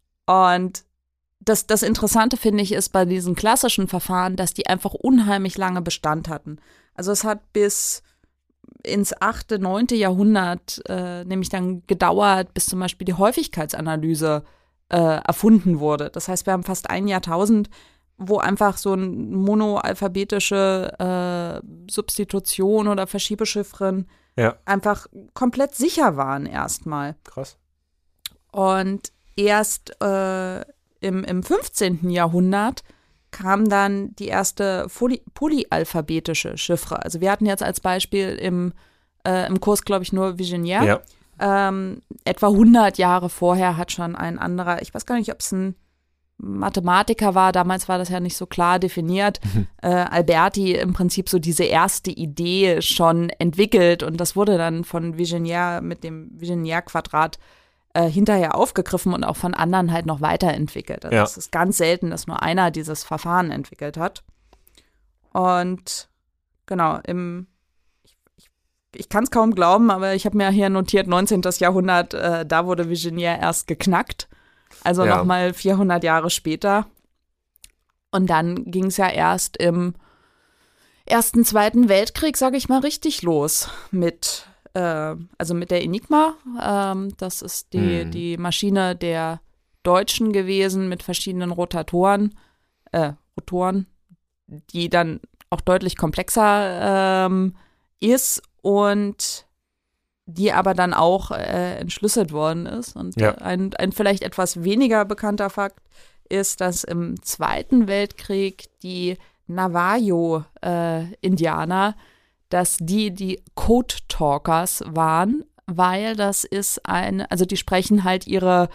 S2: das Interessante, finde ich, ist bei diesen klassischen Verfahren, dass die einfach unheimlich lange Bestand hatten. Also es hat bis ins 8., 9. Jahrhundert nämlich dann gedauert, bis zum Beispiel die Häufigkeitsanalyse erfunden wurde. Das heißt, wir haben fast ein Jahrtausend, wo einfach so ein monoalphabetische Substitution oder Verschiebechiffren einfach komplett sicher waren erstmal.
S1: Krass.
S2: Und erst im 15. Jahrhundert kam dann die erste polyalphabetische Chiffre. Also wir hatten jetzt als Beispiel im Kurs, glaube ich, nur Vigenère.
S1: Ja.
S2: Etwa 100 Jahre vorher hat schon ein anderer, ich weiß gar nicht, ob es ein Mathematiker war, damals war das ja nicht so klar definiert, Alberti im Prinzip so diese erste Idee schon entwickelt und das wurde dann von Vigenère mit dem Vigenère-Quadrat hinterher aufgegriffen und auch von anderen halt noch weiterentwickelt. Also es ist ganz selten, dass nur einer dieses Verfahren entwickelt hat. Und genau, ich kann es kaum glauben, aber ich habe mir hier notiert, 19. Jahrhundert, da wurde Vigenère erst geknackt. Also nochmal 400 Jahre später. Und dann ging es ja erst im Ersten, Zweiten Weltkrieg, sage ich mal, richtig los mit der Enigma. Das ist die Maschine der Deutschen gewesen mit verschiedenen Rotoren, die dann auch deutlich komplexer ist und die aber dann auch entschlüsselt worden ist. Und ein vielleicht etwas weniger bekannter Fakt ist, dass im Zweiten Weltkrieg die Navajo-Indianer, dass die Code-Talkers waren, weil das ist also die sprechen halt ihre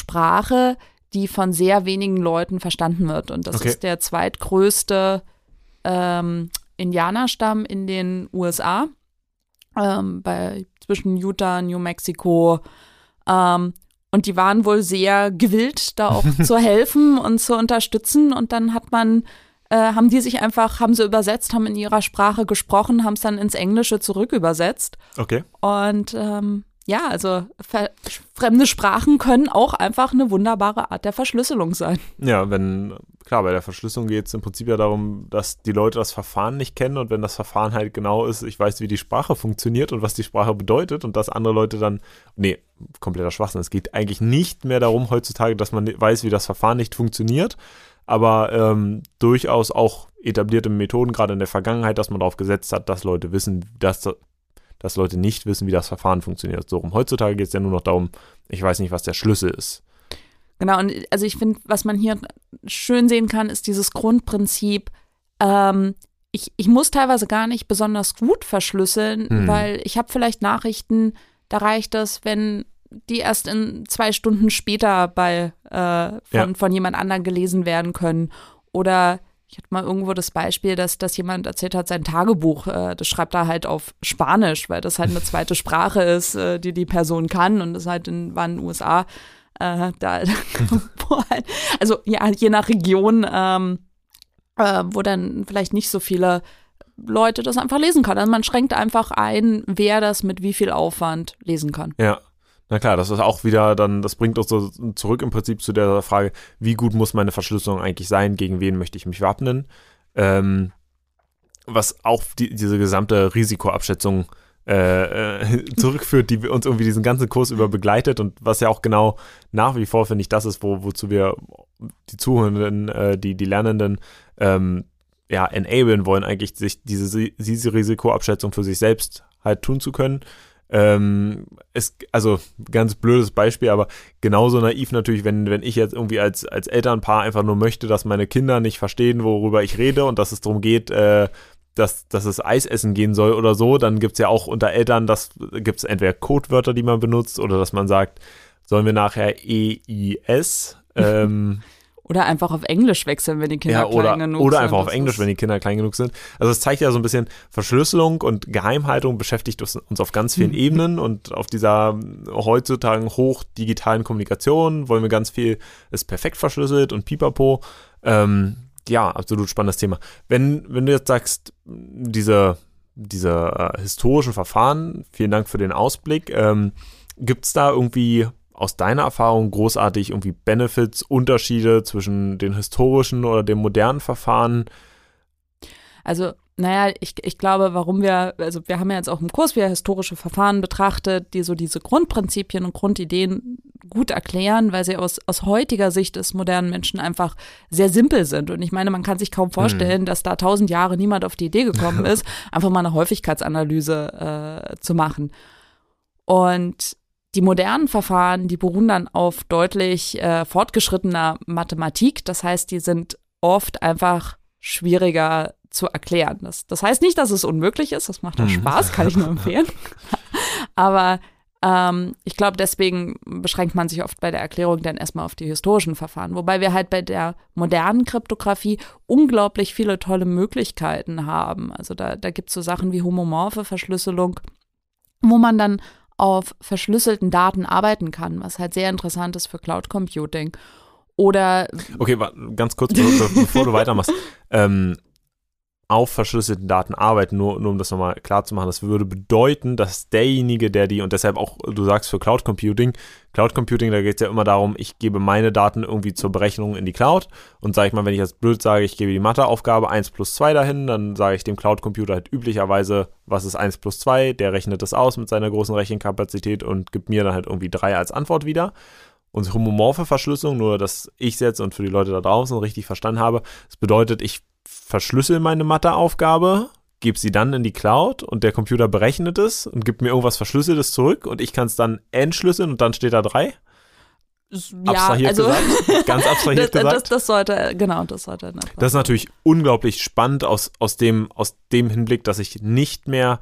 S2: Sprache, die von sehr wenigen Leuten verstanden wird. Und das ist der zweitgrößte Indianerstamm in den USA, zwischen Utah, New Mexico, und die waren wohl sehr gewillt, da auch zu helfen und zu unterstützen. Und dann haben sie übersetzt, haben in ihrer Sprache gesprochen, haben es dann ins Englische zurückübersetzt.
S1: Okay.
S2: Und also fremde Sprachen können auch einfach eine wunderbare Art der Verschlüsselung sein.
S1: Ja, klar, bei der Verschlüsselung geht es im Prinzip ja darum, dass die Leute das Verfahren nicht kennen und wenn das Verfahren halt genau ist, ich weiß, wie die Sprache funktioniert und was die Sprache bedeutet und dass andere Leute dann, kompletter Schwachsinn. Es geht eigentlich nicht mehr darum heutzutage, dass man weiß, wie das Verfahren nicht funktioniert, aber durchaus auch etablierte Methoden, gerade in der Vergangenheit, dass man darauf gesetzt hat, dass Leute wissen, dass Leute nicht wissen, wie das Verfahren funktioniert. So rum. Heutzutage geht es ja nur noch darum, ich weiß nicht, was der Schlüssel ist.
S2: Genau, und also ich finde, was man hier schön sehen kann, ist dieses Grundprinzip, ich muss teilweise gar nicht besonders gut verschlüsseln, weil ich habe vielleicht Nachrichten, da reicht es, wenn die erst in 2 Stunden später von jemand anderem gelesen werden können. Oder ich hatte mal irgendwo das Beispiel, dass jemand erzählt hat, sein Tagebuch, das schreibt er halt auf Spanisch, weil das halt eine zweite Sprache ist, die Person kann und das halt war in den USA. Also ja, je nach Region, wo dann vielleicht nicht so viele Leute das einfach lesen können. Also man schränkt einfach ein, wer das mit wie viel Aufwand lesen kann.
S1: Ja. Na klar, das ist auch wieder dann, das bringt uns so zurück im Prinzip zu der Frage, wie gut muss meine Verschlüsselung eigentlich sein, gegen wen möchte ich mich wappnen, was auch diese gesamte Risikoabschätzung zurückführt, die uns irgendwie diesen ganzen Kurs über begleitet und was ja auch genau nach wie vor, finde ich, das ist, wozu wir die Zuhörenden, die Lernenden enablen wollen, eigentlich sich diese Risikoabschätzung für sich selbst halt tun zu können. Also ganz blödes Beispiel, aber genauso naiv natürlich, wenn ich jetzt irgendwie als Elternpaar einfach nur möchte, dass meine Kinder nicht verstehen, worüber ich rede und dass es darum geht, dass es Eis essen gehen soll oder so, dann gibt es ja auch unter Eltern, gibt es entweder Codewörter, die man benutzt oder dass man sagt, sollen wir nachher EIS
S2: oder einfach auf Englisch wechseln, wenn die Kinder klein genug sind.
S1: Oder einfach auf Englisch, wenn die Kinder klein genug sind. Also es zeigt ja so ein bisschen, Verschlüsselung und Geheimhaltung beschäftigt uns auf ganz vielen Ebenen und auf dieser heutzutage hochdigitalen Kommunikation wollen wir ganz viel, ist perfekt verschlüsselt und pipapo. Ja, absolut spannendes Thema. Wenn du jetzt sagst, diese historischen Verfahren, vielen Dank für den Ausblick, gibt es da irgendwie aus deiner Erfahrung großartig irgendwie Benefits, Unterschiede zwischen den historischen oder den modernen Verfahren?
S2: Also, ich glaube, wir haben ja jetzt auch im Kurs wieder historische Verfahren betrachtet, die so diese Grundprinzipien und Grundideen gut erklären, weil sie aus heutiger Sicht des modernen Menschen einfach sehr simpel sind. Und ich meine, man kann sich kaum vorstellen, dass da 1000 Jahre niemand auf die Idee gekommen ist, einfach mal eine Häufigkeitsanalyse zu machen. Und die modernen Verfahren, die beruhen dann auf deutlich fortgeschrittener Mathematik. Das heißt, die sind oft einfach schwieriger zu erklären. Das heißt nicht, dass es unmöglich ist. Das macht auch Spaß, kann ich nur empfehlen. Aber ich glaube, deswegen beschränkt man sich oft bei der Erklärung dann erstmal auf die historischen Verfahren. Wobei wir halt bei der modernen Kryptographie unglaublich viele tolle Möglichkeiten haben. Also da gibt es so Sachen wie homomorphe Verschlüsselung, wo man dann auf verschlüsselten Daten arbeiten kann, was halt sehr interessant ist für Cloud Computing. Oder
S1: okay, ganz kurz, bevor du weitermachst. Auf verschlüsselten Daten arbeiten, nur um das nochmal klar zu machen, das würde bedeuten, dass derjenige, und deshalb auch, du sagst für Cloud Computing, da geht es ja immer darum, ich gebe meine Daten irgendwie zur Berechnung in die Cloud und sage ich mal, wenn ich jetzt blöd sage, ich gebe die Matheaufgabe 1 plus 2 dahin, dann sage ich dem Cloud Computer halt üblicherweise, was ist 1 plus 2, der rechnet das aus mit seiner großen Rechenkapazität und gibt mir dann halt irgendwie 3 als Antwort wieder. Und homomorphe Verschlüsselung, nur dass ich es jetzt und für die Leute da draußen richtig verstanden habe, das bedeutet, ich verschlüssel meine Matheaufgabe, gebe sie dann in die Cloud und der Computer berechnet es und gibt mir irgendwas Verschlüsseltes zurück und ich kann es dann entschlüsseln und dann steht da 3.
S2: Ja, abstrahiert
S1: gesagt, ganz abstrahiert gesagt.
S2: Das sollte.
S1: Das ist natürlich unglaublich spannend aus dem Hinblick, dass ich nicht mehr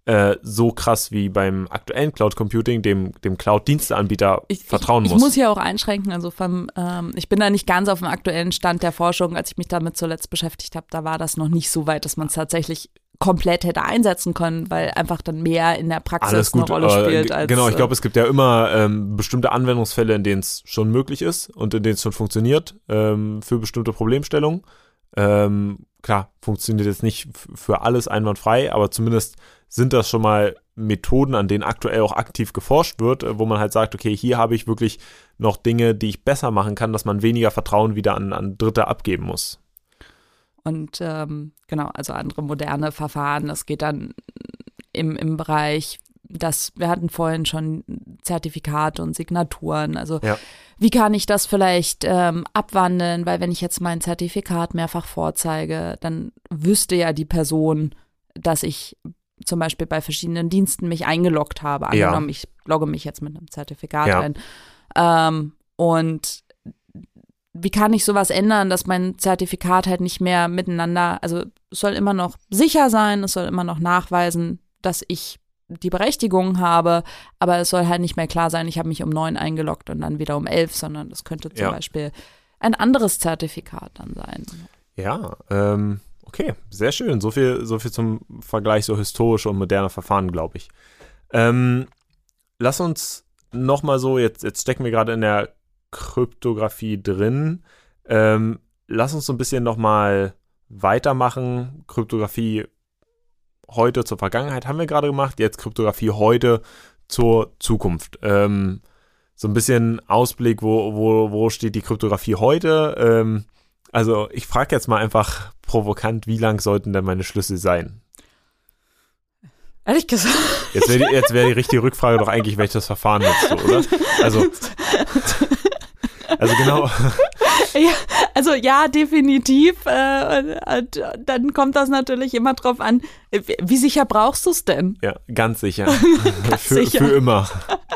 S1: so krass wie beim aktuellen Cloud Computing dem Cloud-Diensteanbieter vertrauen muss.
S2: Ich muss hier auch einschränken, also ich bin da nicht ganz auf dem aktuellen Stand der Forschung, als ich mich damit zuletzt beschäftigt habe, da war das noch nicht so weit, dass man es tatsächlich komplett hätte einsetzen können, weil einfach dann mehr in der Praxis eine Rolle spielt.
S1: Genau, ich glaube, es gibt ja immer bestimmte Anwendungsfälle, in denen es schon möglich ist und in denen es schon funktioniert für bestimmte Problemstellungen. Klar, funktioniert jetzt nicht für alles einwandfrei, aber zumindest sind das schon mal Methoden, an denen aktuell auch aktiv geforscht wird, wo man halt sagt, okay, hier habe ich wirklich noch Dinge, die ich besser machen kann, dass man weniger Vertrauen wieder an Dritte abgeben muss.
S2: Und genau, also andere moderne Verfahren, das geht dann im Bereich, wir hatten vorhin schon Zertifikate und Signaturen, also wie kann ich das vielleicht abwandeln, weil wenn ich jetzt mein Zertifikat mehrfach vorzeige, dann wüsste ja die Person, dass ich zum Beispiel bei verschiedenen Diensten mich eingeloggt habe. Angenommen, ich logge mich jetzt mit einem Zertifikat ein. Und wie kann ich sowas ändern, dass mein Zertifikat halt nicht mehr miteinander, also es soll immer noch sicher sein, es soll immer noch nachweisen, dass ich die Berechtigung habe, aber es soll halt nicht mehr klar sein, ich habe mich um 9 eingeloggt und dann wieder um 11, sondern das könnte zum Beispiel ein anderes Zertifikat dann sein.
S1: Ja, okay, sehr schön. So viel zum Vergleich so historische und moderne Verfahren, glaube ich. Lass uns nochmal so, jetzt stecken wir gerade in der Kryptographie drin. Lass uns so ein bisschen nochmal weitermachen. Kryptographie heute zur Vergangenheit haben wir gerade gemacht, jetzt Kryptographie heute zur Zukunft. So ein bisschen Ausblick, wo steht die Kryptographie heute? Also ich frage jetzt mal einfach provokant, wie lang sollten denn meine Schlüssel sein?
S2: Ehrlich gesagt.
S1: Jetzt wäre die richtige Rückfrage doch eigentlich, welches Verfahren nutzt du, oder? Also genau.
S2: Ja, definitiv. Und dann kommt das natürlich immer drauf an, wie sicher brauchst du es denn?
S1: Ja, ganz sicher.
S2: Sicher.
S1: Für immer.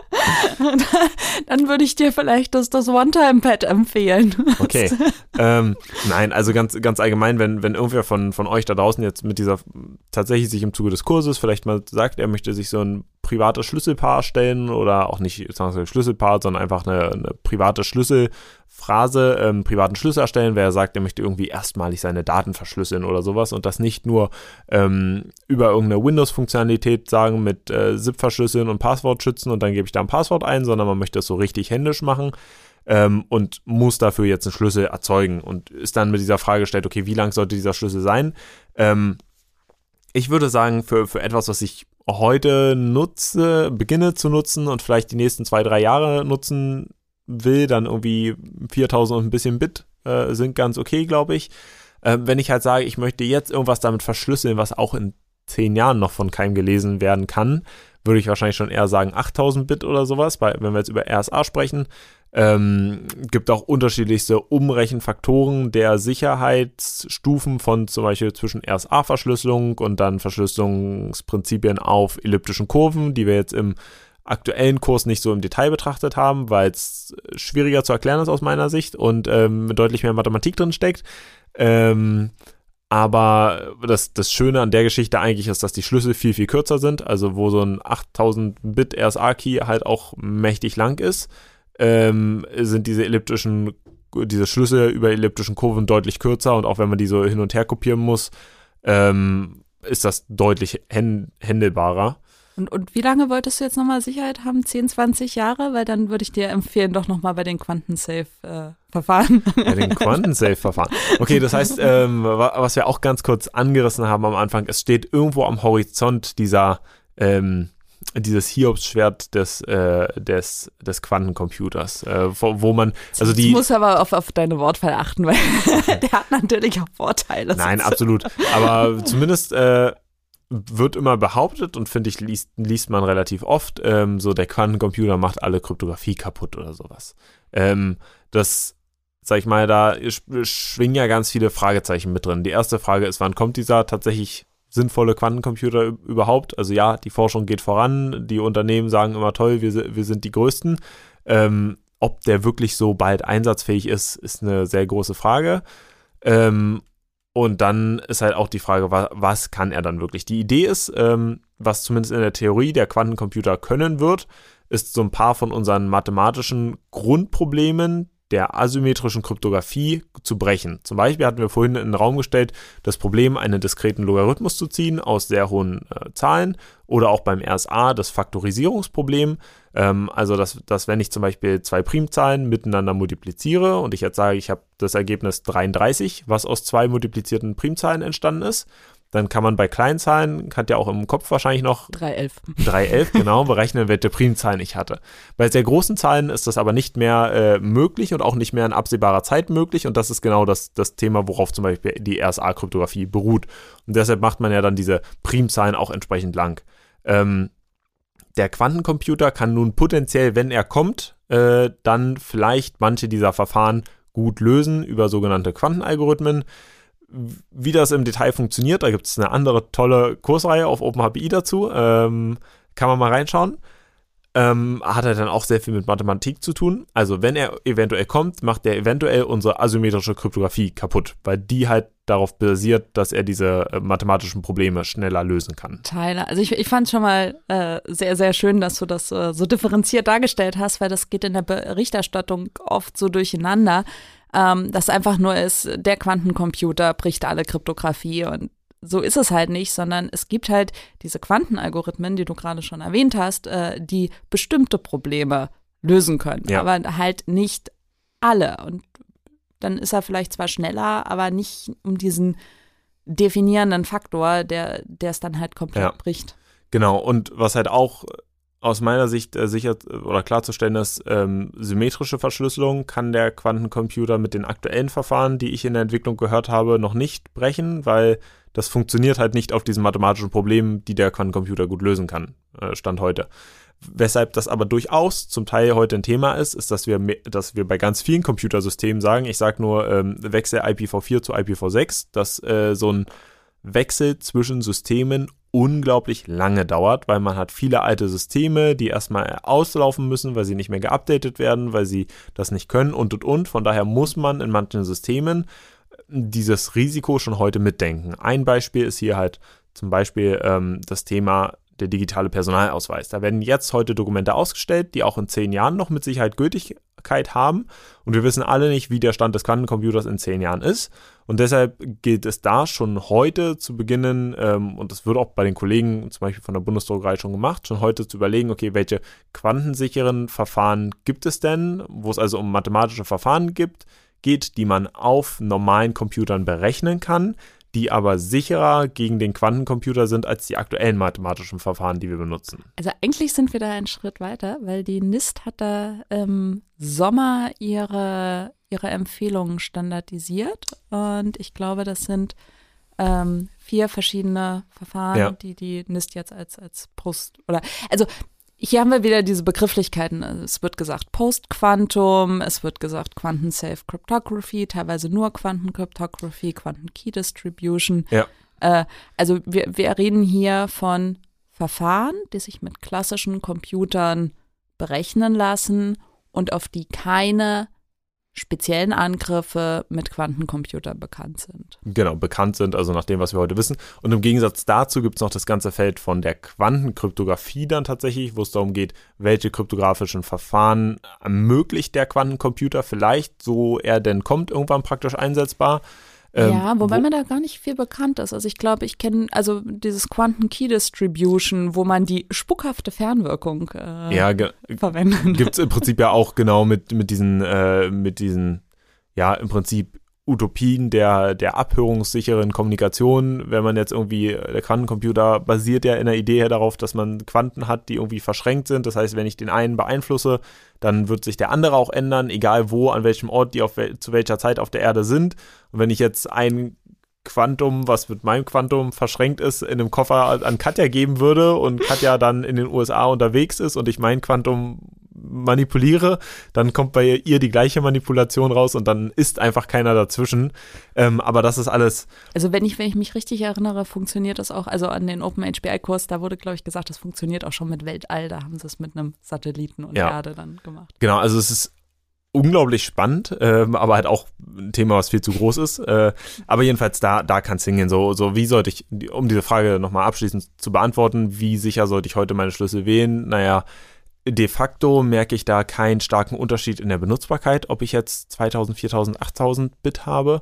S2: Dann würde ich dir vielleicht das One-Time-Pad empfehlen.
S1: Okay. Nein, also ganz allgemein, wenn irgendwer von euch da draußen jetzt mit dieser tatsächlich sich im Zuge des Kurses vielleicht mal sagt, er möchte sich so ein privates Schlüsselpaar erstellen oder auch nicht Schlüsselpaar, sondern einfach eine private Schlüsselphrase, privaten Schlüssel erstellen, wer sagt, er möchte irgendwie erstmalig seine Daten verschlüsseln oder sowas und das nicht nur über irgendeine Windows-Funktionalität sagen mit ZIP verschlüsseln und Passwort schützen und dann gebe ich da ein Passwort ein, sondern man möchte das so richtig händisch machen und muss dafür jetzt einen Schlüssel erzeugen und ist dann mit dieser Frage gestellt, okay, wie lang sollte dieser Schlüssel sein? Ich würde sagen, für etwas, was ich heute beginne zu nutzen und vielleicht die nächsten 2-3 Jahre nutzen will, dann irgendwie 4000 und ein bisschen Bit sind ganz okay, glaube ich. Wenn ich halt sage, ich möchte jetzt irgendwas damit verschlüsseln, was auch in 10 Jahren noch von keinem gelesen werden kann, würde ich wahrscheinlich schon eher sagen 8000 Bit oder sowas, wenn wir jetzt über RSA sprechen. Gibt auch unterschiedlichste Umrechenfaktoren der Sicherheitsstufen von zum Beispiel zwischen RSA-Verschlüsselung und dann Verschlüsselungsprinzipien auf elliptischen Kurven, die wir jetzt im aktuellen Kurs nicht so im Detail betrachtet haben, weil es schwieriger zu erklären ist aus meiner Sicht und deutlich mehr Mathematik drin steckt. Aber das Schöne an der Geschichte eigentlich ist, dass die Schlüssel viel, viel kürzer sind, also wo so ein 8000-Bit RSA-Key halt auch mächtig lang ist, sind diese Schlüssel über elliptischen Kurven deutlich kürzer und auch wenn man die so hin und her kopieren muss, ist das deutlich händelbarer.
S2: Und wie lange wolltest du jetzt nochmal Sicherheit haben? 10, 20 Jahre? Weil dann würde ich dir empfehlen, doch nochmal bei den Quantensafe-Verfahren.
S1: Bei den Quantensafe-Verfahren. Okay, das heißt, was wir auch ganz kurz angerissen haben am Anfang, es steht irgendwo am Horizont dieses Hiobsschwert des Quantencomputers, wo man, also
S2: du musst aber auf deine Wortwahl achten, weil der hat natürlich auch Vorteile.
S1: Nein, absolut. Aber zumindest wird immer behauptet und finde ich, liest man relativ oft, so der Quantencomputer macht alle Kryptographie kaputt oder sowas. Das, sag ich mal, da schwingen ja ganz viele Fragezeichen mit drin. Die erste Frage ist, wann kommt dieser tatsächlich sinnvolle Quantencomputer überhaupt? Also ja, die Forschung geht voran, die Unternehmen sagen immer toll, wir sind die Größten. Ob der wirklich so bald einsatzfähig ist, ist eine sehr große Frage. Und dann ist halt auch die Frage, was kann er dann wirklich? Die Idee ist, was zumindest in der Theorie der Quantencomputer können wird, ist so ein paar von unseren mathematischen Grundproblemen der asymmetrischen Kryptographie zu brechen. Zum Beispiel hatten wir vorhin in den Raum gestellt, das Problem, einen diskreten Logarithmus zu ziehen aus sehr hohen Zahlen, oder auch beim RSA das Faktorisierungsproblem, also dass wenn ich zum Beispiel zwei Primzahlen miteinander multipliziere und ich jetzt sage, ich habe das Ergebnis 33, was aus zwei multiplizierten Primzahlen entstanden ist, dann kann man bei kleinen Zahlen, hat ja auch im Kopf wahrscheinlich noch 311, genau, berechnen, welche Primzahlen ich hatte. Bei sehr großen Zahlen ist das aber nicht mehr möglich und auch nicht mehr in absehbarer Zeit möglich, und das ist genau das Thema, worauf zum Beispiel die RSA-Kryptographie beruht. Und deshalb macht man ja dann diese Primzahlen auch entsprechend lang. Der Quantencomputer kann nun potenziell, wenn er kommt, dann vielleicht manche dieser Verfahren gut lösen über sogenannte Quantenalgorithmen. Wie das im Detail funktioniert, da gibt es eine andere tolle Kursreihe auf OpenHPI dazu, kann man mal reinschauen. Hat er dann auch sehr viel mit Mathematik zu tun. Also wenn er eventuell kommt, macht er eventuell unsere asymmetrische Kryptographie kaputt, weil die halt darauf basiert, dass er diese mathematischen Probleme schneller lösen kann.
S2: Teile. Also ich fand es schon mal sehr, sehr schön, dass du das so differenziert dargestellt hast, weil das geht in der Berichterstattung oft so durcheinander, dass einfach nur ist, der Quantencomputer bricht alle Kryptographie, und so ist es halt nicht, sondern es gibt halt diese Quantenalgorithmen, die du gerade schon erwähnt hast, die bestimmte Probleme lösen können, aber halt nicht alle. Und dann ist er vielleicht zwar schneller, aber nicht um diesen definierenden Faktor, der es dann halt komplett bricht.
S1: Genau, und was halt auch aus meiner Sicht sicher oder klarzustellen ist, symmetrische Verschlüsselung kann der Quantencomputer mit den aktuellen Verfahren, die ich in der Entwicklung gehört habe, noch nicht brechen, weil das funktioniert halt nicht auf diesen mathematischen Problemen, die der Quantencomputer gut lösen kann, Stand heute. Weshalb das aber durchaus zum Teil heute ein Thema ist, dass wir bei ganz vielen Computersystemen sagen, ich sage nur Wechsel IPv4 zu IPv6, dass so ein Wechsel zwischen Systemen unglaublich lange dauert, weil man hat viele alte Systeme, die erstmal auslaufen müssen, weil sie nicht mehr geupdatet werden, weil sie das nicht können und. Von daher muss man in manchen Systemen dieses Risiko schon heute mitdenken. Ein Beispiel ist hier halt zum Beispiel das Thema der digitale Personalausweis. Da werden jetzt heute Dokumente ausgestellt, die auch in 10 Jahren noch mit Sicherheit Gültigkeit haben, und wir wissen alle nicht, wie der Stand des Quantencomputers in 10 Jahren ist, und deshalb gilt es da schon heute zu beginnen, und das wird auch bei den Kollegen zum Beispiel von der Bundesdruckerei schon gemacht, schon heute zu überlegen, okay, welche quantensicheren Verfahren gibt es denn, wo es also um mathematische Verfahren geht, die man auf normalen Computern berechnen kann, die aber sicherer gegen den Quantencomputer sind als die aktuellen mathematischen Verfahren, die wir benutzen.
S2: Also eigentlich sind wir da einen Schritt weiter, weil die NIST hat da im Sommer ihre Empfehlungen standardisiert, und ich glaube, das sind 4 verschiedene Verfahren, die NIST jetzt als Post oder also hier haben wir wieder diese Begrifflichkeiten. Also es wird gesagt Post-Quantum, es wird gesagt Quanten-Safe Cryptography, teilweise nur Quantencryptography, Quanten-Key-Distribution.
S1: Ja.
S2: Also wir reden hier von Verfahren, die sich mit klassischen Computern berechnen lassen und auf die keine speziellen Angriffe mit Quantencomputern bekannt sind.
S1: Genau, bekannt sind, also nach dem, was wir heute wissen. Und im Gegensatz dazu gibt es noch das ganze Feld von der Quantenkryptographie dann tatsächlich, wo es darum geht, welche kryptografischen Verfahren ermöglicht der Quantencomputer vielleicht, so er denn kommt, irgendwann praktisch einsetzbar.
S2: Wobei mir da gar nicht viel bekannt ist. Also ich glaube, ich kenne also dieses Quanten-Key-Distribution, wo man die spukhafte Fernwirkung verwendet.
S1: Gibt es im Prinzip ja auch genau mit diesen, ja, im Prinzip Utopien der abhörungssicheren Kommunikation, wenn man jetzt irgendwie, der Quantencomputer basiert ja in der Idee darauf, dass man Quanten hat, die irgendwie verschränkt sind. Das heißt, wenn ich den einen beeinflusse, dann wird sich der andere auch ändern, egal wo, an welchem Ort die zu welcher Zeit auf der Erde sind. Und wenn ich jetzt ein Quantum, was mit meinem Quantum verschränkt ist, in einem Koffer an Katja geben würde und Katja dann in den USA unterwegs ist und ich mein Quantum manipuliere, dann kommt bei ihr die gleiche Manipulation raus und dann ist einfach keiner dazwischen. Aber das ist alles.
S2: Also wenn ich mich richtig erinnere, funktioniert das auch, also an den OpenHBI-Kurs, da wurde, glaube ich, gesagt, das funktioniert auch schon mit Weltall, da haben sie es mit einem Satelliten und Erde dann gemacht.
S1: Genau, also es ist unglaublich spannend, aber halt auch ein Thema, was viel zu groß ist. Aber jedenfalls, da kann es hingehen. So wie sollte ich, um diese Frage nochmal abschließend zu beantworten, wie sicher sollte ich heute meine Schlüssel wählen? Naja, de facto merke ich da keinen starken Unterschied in der Benutzbarkeit, ob ich jetzt 2000, 4000, 8000 Bit habe.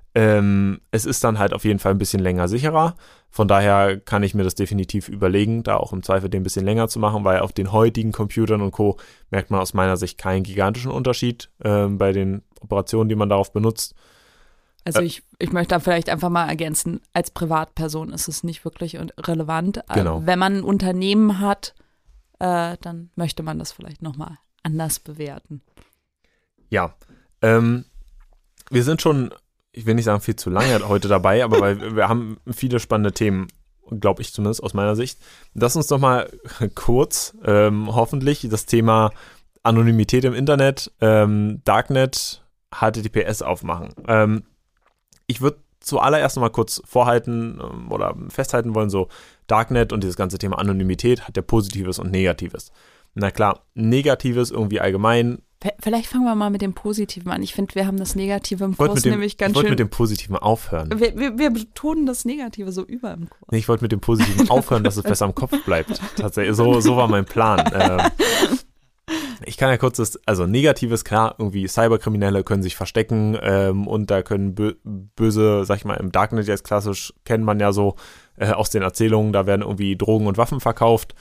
S1: Es ist dann halt auf jeden Fall ein bisschen länger sicherer. Von daher kann ich mir das definitiv überlegen, da auch im Zweifel den ein bisschen länger zu machen, weil auf den heutigen Computern und Co. merkt man aus meiner Sicht keinen gigantischen Unterschied bei den Operationen, die man darauf benutzt.
S2: Also ich möchte da vielleicht einfach mal ergänzen, als Privatperson ist es nicht wirklich relevant.
S1: Genau.
S2: Wenn man ein Unternehmen hat, dann möchte man das vielleicht nochmal anders bewerten.
S1: Ja, wir sind schon, ich will nicht sagen viel zu lange heute dabei, aber weil wir haben viele spannende Themen, glaube ich zumindest aus meiner Sicht. Lass uns doch mal kurz hoffentlich das Thema Anonymität im Internet, Darknet, HTTPS aufmachen. Ich würde zuallererst noch mal kurz vorhalten oder festhalten wollen, so Darknet und dieses ganze Thema Anonymität hat ja Positives und Negatives. Na klar, Negatives irgendwie allgemein.
S2: Vielleicht fangen wir mal mit dem Positiven an. Ich finde, wir haben das Negative im Kurs nämlich ganz schön.
S1: Ich wollte mit dem Positiven aufhören.
S2: Wir betonen das Negative so über im Kurs.
S1: Nee, ich wollte mit dem Positiven aufhören, dass es besser im Kopf bleibt. Tatsächlich, so war mein Plan. Ich kann ja kurz also Negatives, klar, irgendwie Cyberkriminelle können sich verstecken und da können böse, sag ich mal, im Darknet jetzt klassisch, kennt man ja so aus den Erzählungen, da werden irgendwie Drogen und Waffen verkauft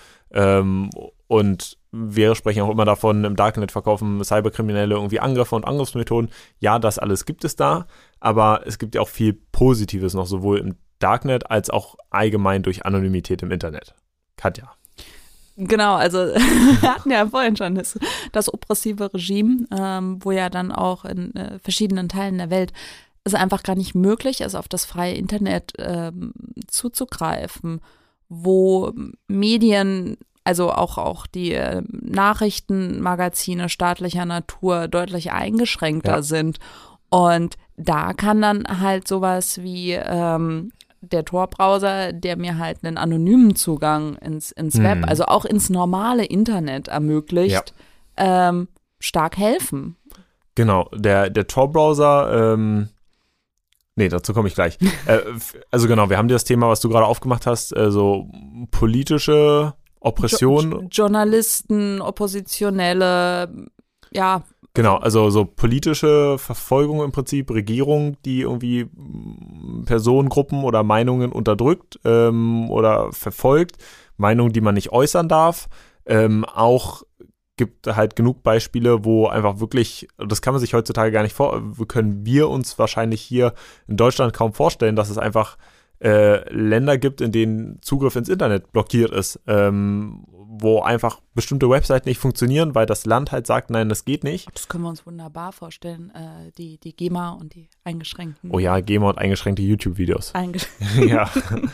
S1: und wir sprechen auch immer davon, im Darknet verkaufen Cyberkriminelle irgendwie Angriffe und Angriffsmethoden. Ja, das alles gibt es da, aber es gibt ja auch viel Positives noch, sowohl im Darknet als auch allgemein durch Anonymität im Internet. Katja.
S2: Genau, also wir hatten ja vorhin schon das oppressive Regime, wo ja dann auch in verschiedenen Teilen der Welt es einfach gar nicht möglich ist, auf das freie Internet zuzugreifen, wo Medien, also auch die Nachrichtenmagazine staatlicher Natur deutlich eingeschränkter sind. Und da kann dann halt sowas wie der Tor-Browser, der mir halt einen anonymen Zugang ins Web, also auch ins normale Internet ermöglicht, stark helfen.
S1: Genau, der Tor-Browser, nee, dazu komme ich gleich. Also genau, wir haben das Thema, was du gerade aufgemacht hast, so politische Oppression.
S2: Journalisten, Oppositionelle, ja.
S1: Genau, also so politische Verfolgung im Prinzip, Regierung, die irgendwie Personengruppen oder Meinungen unterdrückt oder verfolgt, Meinungen, die man nicht äußern darf. Auch gibt halt genug Beispiele, wo einfach wirklich, das kann man sich heutzutage gar nicht können wir uns wahrscheinlich hier in Deutschland kaum vorstellen, dass es einfach Länder gibt, in denen Zugriff ins Internet blockiert ist, wo einfach bestimmte Webseiten nicht funktionieren, weil das Land halt sagt, nein, das geht nicht.
S2: Das können wir uns wunderbar vorstellen, die GEMA und die eingeschränkten.
S1: Oh ja, GEMA und eingeschränkte YouTube-Videos. Ja.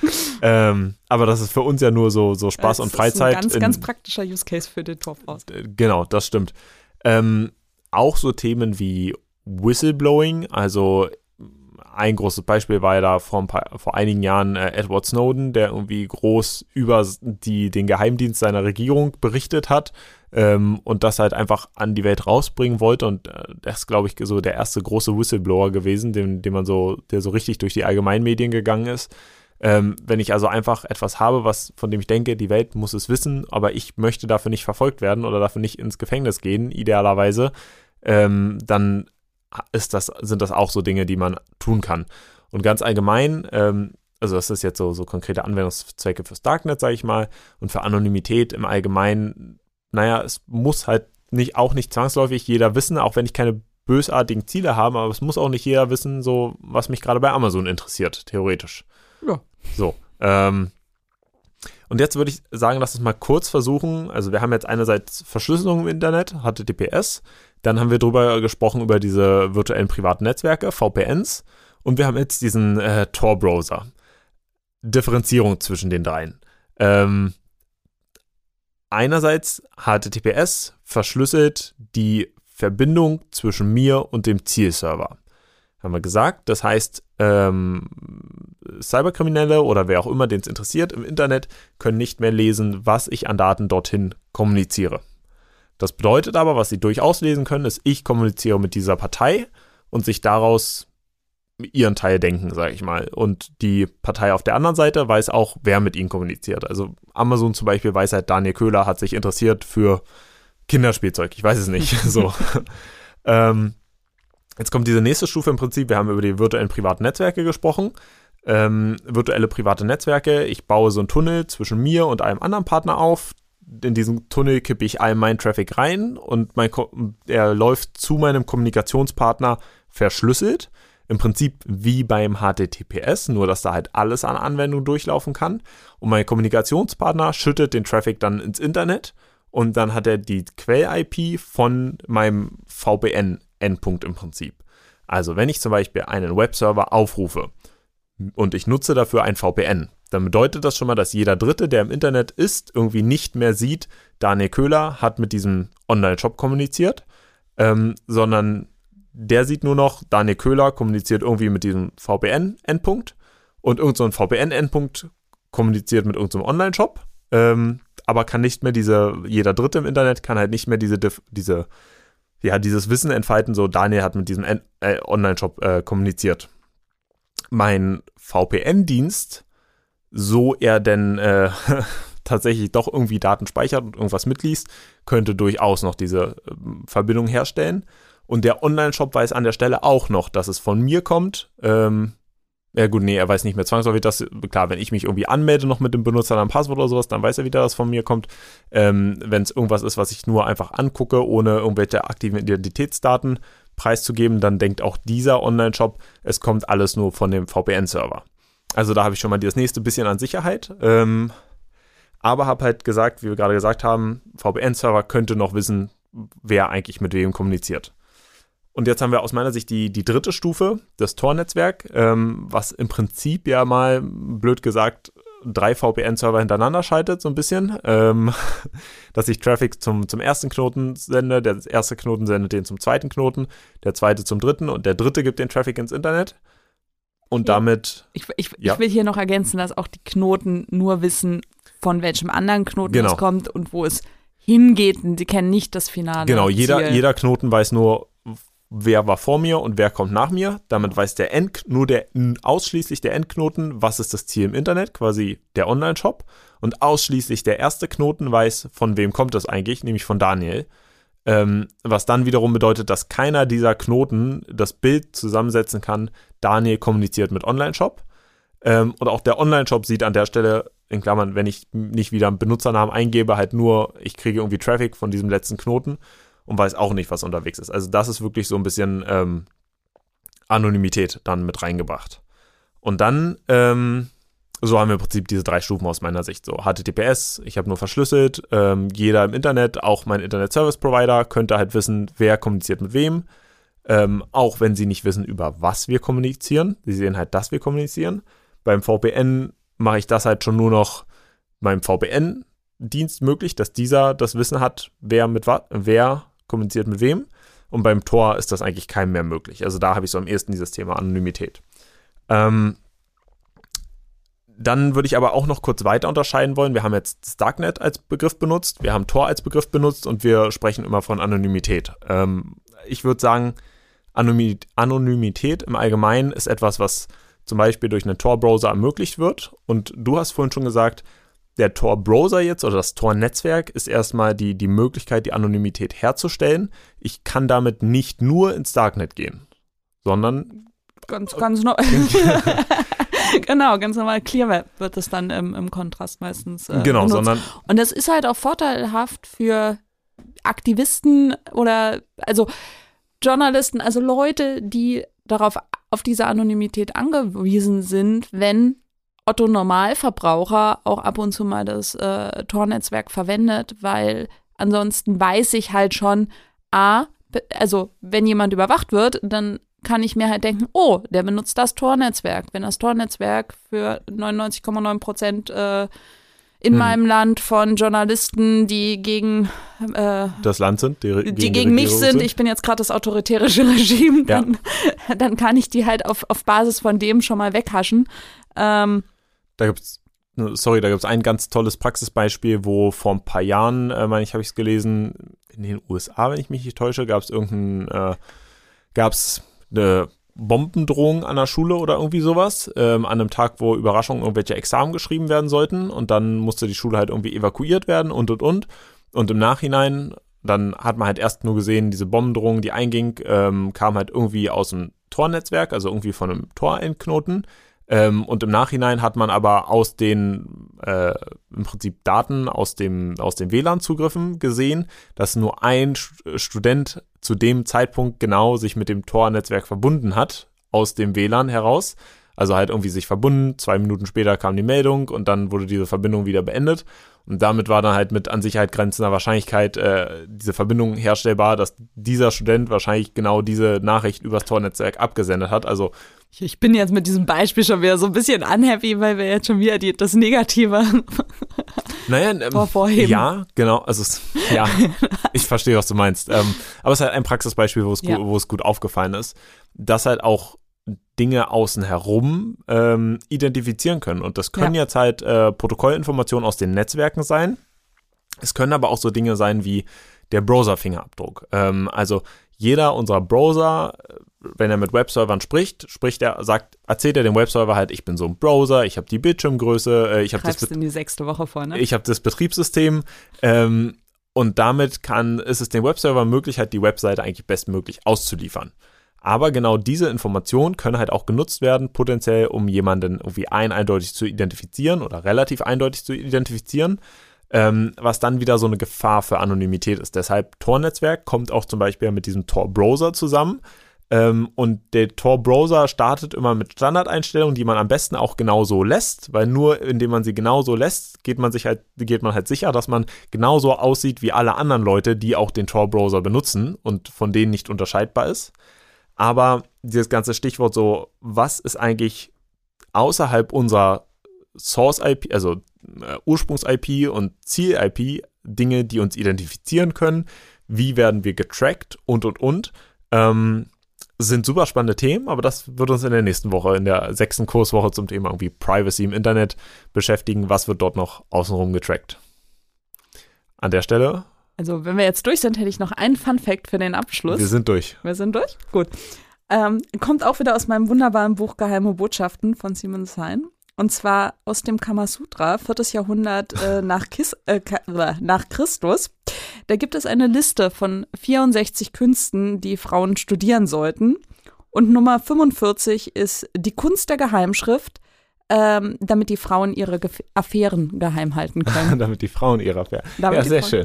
S1: Aber das ist für uns ja nur so Spaß und Freizeit.
S2: Das ist ein ganz praktischer Use Case für den Tor-Browser.
S1: Genau, das stimmt. Auch so Themen wie Whistleblowing, also ein großes Beispiel war ja da vor einigen Jahren Edward Snowden, der irgendwie groß über den Geheimdienst seiner Regierung berichtet hat und das halt einfach an die Welt rausbringen wollte. Und das ist, glaube ich, so der erste große Whistleblower gewesen, der so richtig durch die Allgemeinmedien gegangen ist. Wenn ich also einfach etwas habe, von dem ich denke, die Welt muss es wissen, aber ich möchte dafür nicht verfolgt werden oder dafür nicht ins Gefängnis gehen, idealerweise, dann sind das auch so Dinge, die man tun kann. Und ganz allgemein, also das ist jetzt so konkrete Anwendungszwecke fürs Darknet, sage ich mal, und für Anonymität im Allgemeinen, naja, es muss halt auch nicht zwangsläufig jeder wissen, auch wenn ich keine bösartigen Ziele habe, aber es muss auch nicht jeder wissen, so was mich gerade bei Amazon interessiert, theoretisch.
S2: Ja.
S1: So, und jetzt würde ich sagen, lass uns mal kurz versuchen, also wir haben jetzt einerseits Verschlüsselung im Internet, HTTPS, dann haben wir drüber gesprochen, über diese virtuellen privaten Netzwerke, VPNs, und wir haben jetzt diesen Tor-Browser. Differenzierung zwischen den dreien. Einerseits HTTPS verschlüsselt die Verbindung zwischen mir und dem Zielserver. Haben wir gesagt, das heißt, Cyberkriminelle oder wer auch immer, den es interessiert im Internet, können nicht mehr lesen, was ich an Daten dorthin kommuniziere. Das bedeutet aber, was sie durchaus lesen können, ist, ich kommuniziere mit dieser Partei und sich daraus ihren Teil denken, sage ich mal. Und die Partei auf der anderen Seite weiß auch, wer mit ihnen kommuniziert. Also Amazon zum Beispiel weiß halt, Daniel Köhler hat sich interessiert für Kinderspielzeug. Ich weiß es nicht. So. Jetzt kommt diese nächste Stufe im Prinzip. Wir haben über die virtuellen privaten Netzwerke gesprochen. Virtuelle private Netzwerke. Ich baue so einen Tunnel zwischen mir und einem anderen Partner auf. In diesen Tunnel kippe ich all meinen Traffic rein und er läuft zu meinem Kommunikationspartner verschlüsselt. Im Prinzip wie beim HTTPS, nur dass da halt alles an Anwendungen durchlaufen kann. Und mein Kommunikationspartner schüttet den Traffic dann ins Internet und dann hat er die Quell-IP von meinem VPN-Endpunkt im Prinzip. Also wenn ich zum Beispiel einen Webserver aufrufe und ich nutze dafür ein VPN, dann bedeutet das schon mal, dass jeder Dritte, der im Internet ist, irgendwie nicht mehr sieht, Daniel Köhler hat mit diesem Online-Shop kommuniziert, sondern der sieht nur noch, Daniel Köhler kommuniziert irgendwie mit diesem VPN-Endpunkt und irgend so ein VPN-Endpunkt kommuniziert mit irgendeinem Online-Shop, aber kann nicht mehr jeder Dritte im Internet kann halt nicht mehr dieses Wissen entfalten, so Daniel hat mit diesem Online-Shop kommuniziert. Mein VPN-Dienst, so er denn tatsächlich doch irgendwie Daten speichert und irgendwas mitliest, könnte durchaus noch diese Verbindung herstellen. Und der Online-Shop weiß an der Stelle auch noch, dass es von mir kommt. Er weiß nicht mehr zwangsläufig, klar, wenn ich mich irgendwie anmelde noch mit dem Benutzernamen, Passwort oder sowas, dann weiß er wieder, dass es von mir kommt. Wenn es irgendwas ist, was ich nur einfach angucke, ohne irgendwelche aktiven Identitätsdaten preiszugeben, dann denkt auch dieser Online-Shop, es kommt alles nur von dem VPN-Server. Also da habe ich schon mal das nächste bisschen an Sicherheit. Aber habe halt gesagt, wie wir gerade gesagt haben, VPN-Server könnte noch wissen, wer eigentlich mit wem kommuniziert. Und jetzt haben wir aus meiner Sicht die dritte Stufe, das Tor-Netzwerk, was im Prinzip ja mal, blöd gesagt, 3 VPN-Server hintereinander schaltet, so ein bisschen. Dass ich Traffic zum ersten Knoten sende, der erste Knoten sendet den zum zweiten Knoten, der zweite zum dritten und der dritte gibt den Traffic ins Internet. Und damit...
S2: Ich will hier noch ergänzen, dass auch die Knoten nur wissen, von welchem anderen Knoten es kommt und wo es hingeht. Und sie kennen nicht das finale
S1: Genau,
S2: Ziel.
S1: jeder Knoten weiß nur, wer war vor mir und wer kommt nach mir. Damit weiß ausschließlich der Endknoten, was ist das Ziel im Internet, quasi der Online-Shop. Und ausschließlich der erste Knoten weiß, von wem kommt das eigentlich, nämlich von Daniel. Was dann wiederum bedeutet, dass keiner dieser Knoten das Bild zusammensetzen kann, Daniel kommuniziert mit Online-Shop. Und auch der Online-Shop sieht an der Stelle, in Klammern, wenn ich nicht wieder einen Benutzernamen eingebe, halt nur, ich kriege irgendwie Traffic von diesem letzten Knoten. Und weiß auch nicht, was unterwegs ist. Also das ist wirklich so ein bisschen Anonymität dann mit reingebracht. Und dann, so haben wir im Prinzip diese 3 Stufen aus meiner Sicht. So HTTPS, ich habe nur verschlüsselt. Jeder im Internet, auch mein Internet-Service-Provider, könnte halt wissen, wer kommuniziert mit wem. Auch wenn sie nicht wissen, über was wir kommunizieren. Sie sehen halt, dass wir kommunizieren. Beim VPN mache ich das halt schon nur noch meinem VPN-Dienst möglich, dass dieser das Wissen hat, wer kommuniziert mit wem. Und beim Tor ist das eigentlich keinem mehr möglich. Also da habe ich so am ehesten dieses Thema Anonymität. Dann würde ich aber auch noch kurz weiter unterscheiden wollen. Wir haben jetzt das Darknet als Begriff benutzt, wir haben Tor als Begriff benutzt und wir sprechen immer von Anonymität. Ich würde sagen, Anonymität im Allgemeinen ist etwas, was zum Beispiel durch einen Tor-Browser ermöglicht wird. Und du hast vorhin schon gesagt, der Tor-Browser jetzt oder das Tor-Netzwerk ist erstmal die Möglichkeit, die Anonymität herzustellen. Ich kann damit nicht nur ins Darknet gehen, sondern
S2: ganz genau, ganz normal Clear-Web wird es dann im Kontrast meistens benutzt. Und das ist halt auch vorteilhaft für Aktivisten oder also Journalisten, also Leute, die auf diese Anonymität angewiesen sind, wenn Otto Normalverbraucher auch ab und zu mal das Tor-Netzwerk verwendet, weil ansonsten weiß ich halt schon, also wenn jemand überwacht wird, dann kann ich mir halt denken, oh, der benutzt das Tor-Netzwerk. Wenn das Tor-Netzwerk für 99,9% in meinem Land von Journalisten, die gegen
S1: das Land sind,
S2: die gegen mich sind, ich bin jetzt gerade das autoritärische Regime, dann kann ich die halt auf Basis von dem schon mal weghaschen.
S1: Da gibt es sorry, da gibt es ein ganz tolles Praxisbeispiel, wo vor ein paar Jahren, meine ich, habe ich es gelesen, in den USA, wenn ich mich nicht täusche, gab es eine Bombendrohung an der Schule oder irgendwie sowas, an einem Tag, wo Überraschung irgendwelche Examen geschrieben werden sollten und dann musste die Schule halt irgendwie evakuiert werden und. Und im Nachhinein, dann hat man halt erst nur gesehen, diese Bombendrohung, die einging, kam halt irgendwie aus dem Tornetzwerk, also irgendwie von einem Torendknoten. Und im Nachhinein hat man aber aus den im Prinzip Daten aus den WLAN-Zugriffen gesehen, dass nur ein Student zu dem Zeitpunkt genau sich mit dem Tor-Netzwerk verbunden hat, aus dem WLAN heraus. Also halt irgendwie sich verbunden, 2 Minuten später kam die Meldung und dann wurde diese Verbindung wieder beendet. Und damit war dann halt mit an Sicherheit grenzender Wahrscheinlichkeit diese Verbindung herstellbar, dass dieser Student wahrscheinlich genau diese Nachricht übers Tor-Netzwerk abgesendet hat. Also
S2: ich bin jetzt mit diesem Beispiel schon wieder so ein bisschen unhappy, weil wir jetzt schon wieder das Negative hervorheben.
S1: Ja, genau. Also ja, ich verstehe, was du meinst. Aber es ist halt ein Praxisbeispiel, wo es gut aufgefallen ist, dass halt auch Dinge außen herum identifizieren können. Und das können jetzt halt Protokollinformationen aus den Netzwerken sein. Es können aber auch so Dinge sein wie der Browser-Fingerabdruck. Also jeder unserer Browser, wenn er mit Webservern erzählt er dem Webserver halt, ich bin so ein Browser, ich habe die Bildschirmgröße, ich habe
S2: in die 6. Woche vor, ne?
S1: Ich habe das Betriebssystem und damit ist es dem Webserver möglich, halt die Webseite eigentlich bestmöglich auszuliefern. Aber genau diese Informationen können halt auch genutzt werden, potenziell, um jemanden irgendwie eindeutig zu identifizieren oder relativ eindeutig zu identifizieren, was dann wieder so eine Gefahr für Anonymität ist. Deshalb Tor-Netzwerk kommt auch zum Beispiel mit diesem Tor-Browser zusammen. Und der Tor-Browser startet immer mit Standardeinstellungen, die man am besten auch genauso lässt, weil nur indem man sie genauso lässt, geht man halt sicher, dass man genauso aussieht wie alle anderen Leute, die auch den Tor-Browser benutzen und von denen nicht unterscheidbar ist. Aber dieses ganze Stichwort so, was ist eigentlich außerhalb unserer Source-IP, also Ursprungs-IP und Ziel-IP, Dinge, die uns identifizieren können, wie werden wir getrackt und, sind super spannende Themen, aber das wird uns in der nächsten Woche, in der 6. Kurswoche zum Thema irgendwie Privacy im Internet beschäftigen. Was wird dort noch außenrum getrackt? An der Stelle.
S2: Also, wenn wir jetzt durch sind, hätte ich noch einen Fun-Fact für den Abschluss.
S1: Wir sind durch.
S2: Gut. Kommt auch wieder aus meinem wunderbaren Buch Geheime Botschaften von Simon Sein. Und zwar aus dem Kamasutra, 4. Jahrhundert nach Christus. Da gibt es eine Liste von 64 Künsten, die Frauen studieren sollten. Und Nummer 45 ist die Kunst der Geheimschrift, damit die Frauen ihre Affären geheim halten können.
S1: Damit die Frauen ihre Affären. Ja, sehr schön.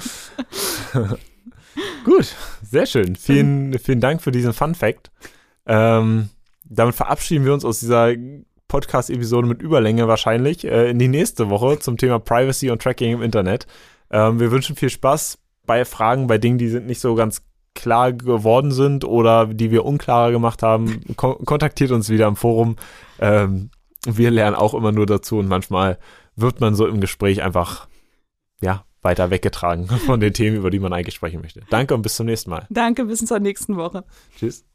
S1: Gut, sehr schön. Vielen Dank für diesen Fun-Fact. Damit verabschieden wir uns aus dieser Podcast-Episode mit Überlänge wahrscheinlich in die nächste Woche zum Thema Privacy und Tracking im Internet. Wir wünschen viel Spaß bei Fragen, bei Dingen, die nicht so ganz klar geworden sind oder die wir unklarer gemacht haben. Kontaktiert uns wieder im Forum. Wir lernen auch immer nur dazu und manchmal wird man so im Gespräch einfach weiter weggetragen von den Themen, über die man eigentlich sprechen möchte. Danke und bis zum nächsten Mal.
S2: Danke, bis zur nächsten Woche.
S1: Tschüss.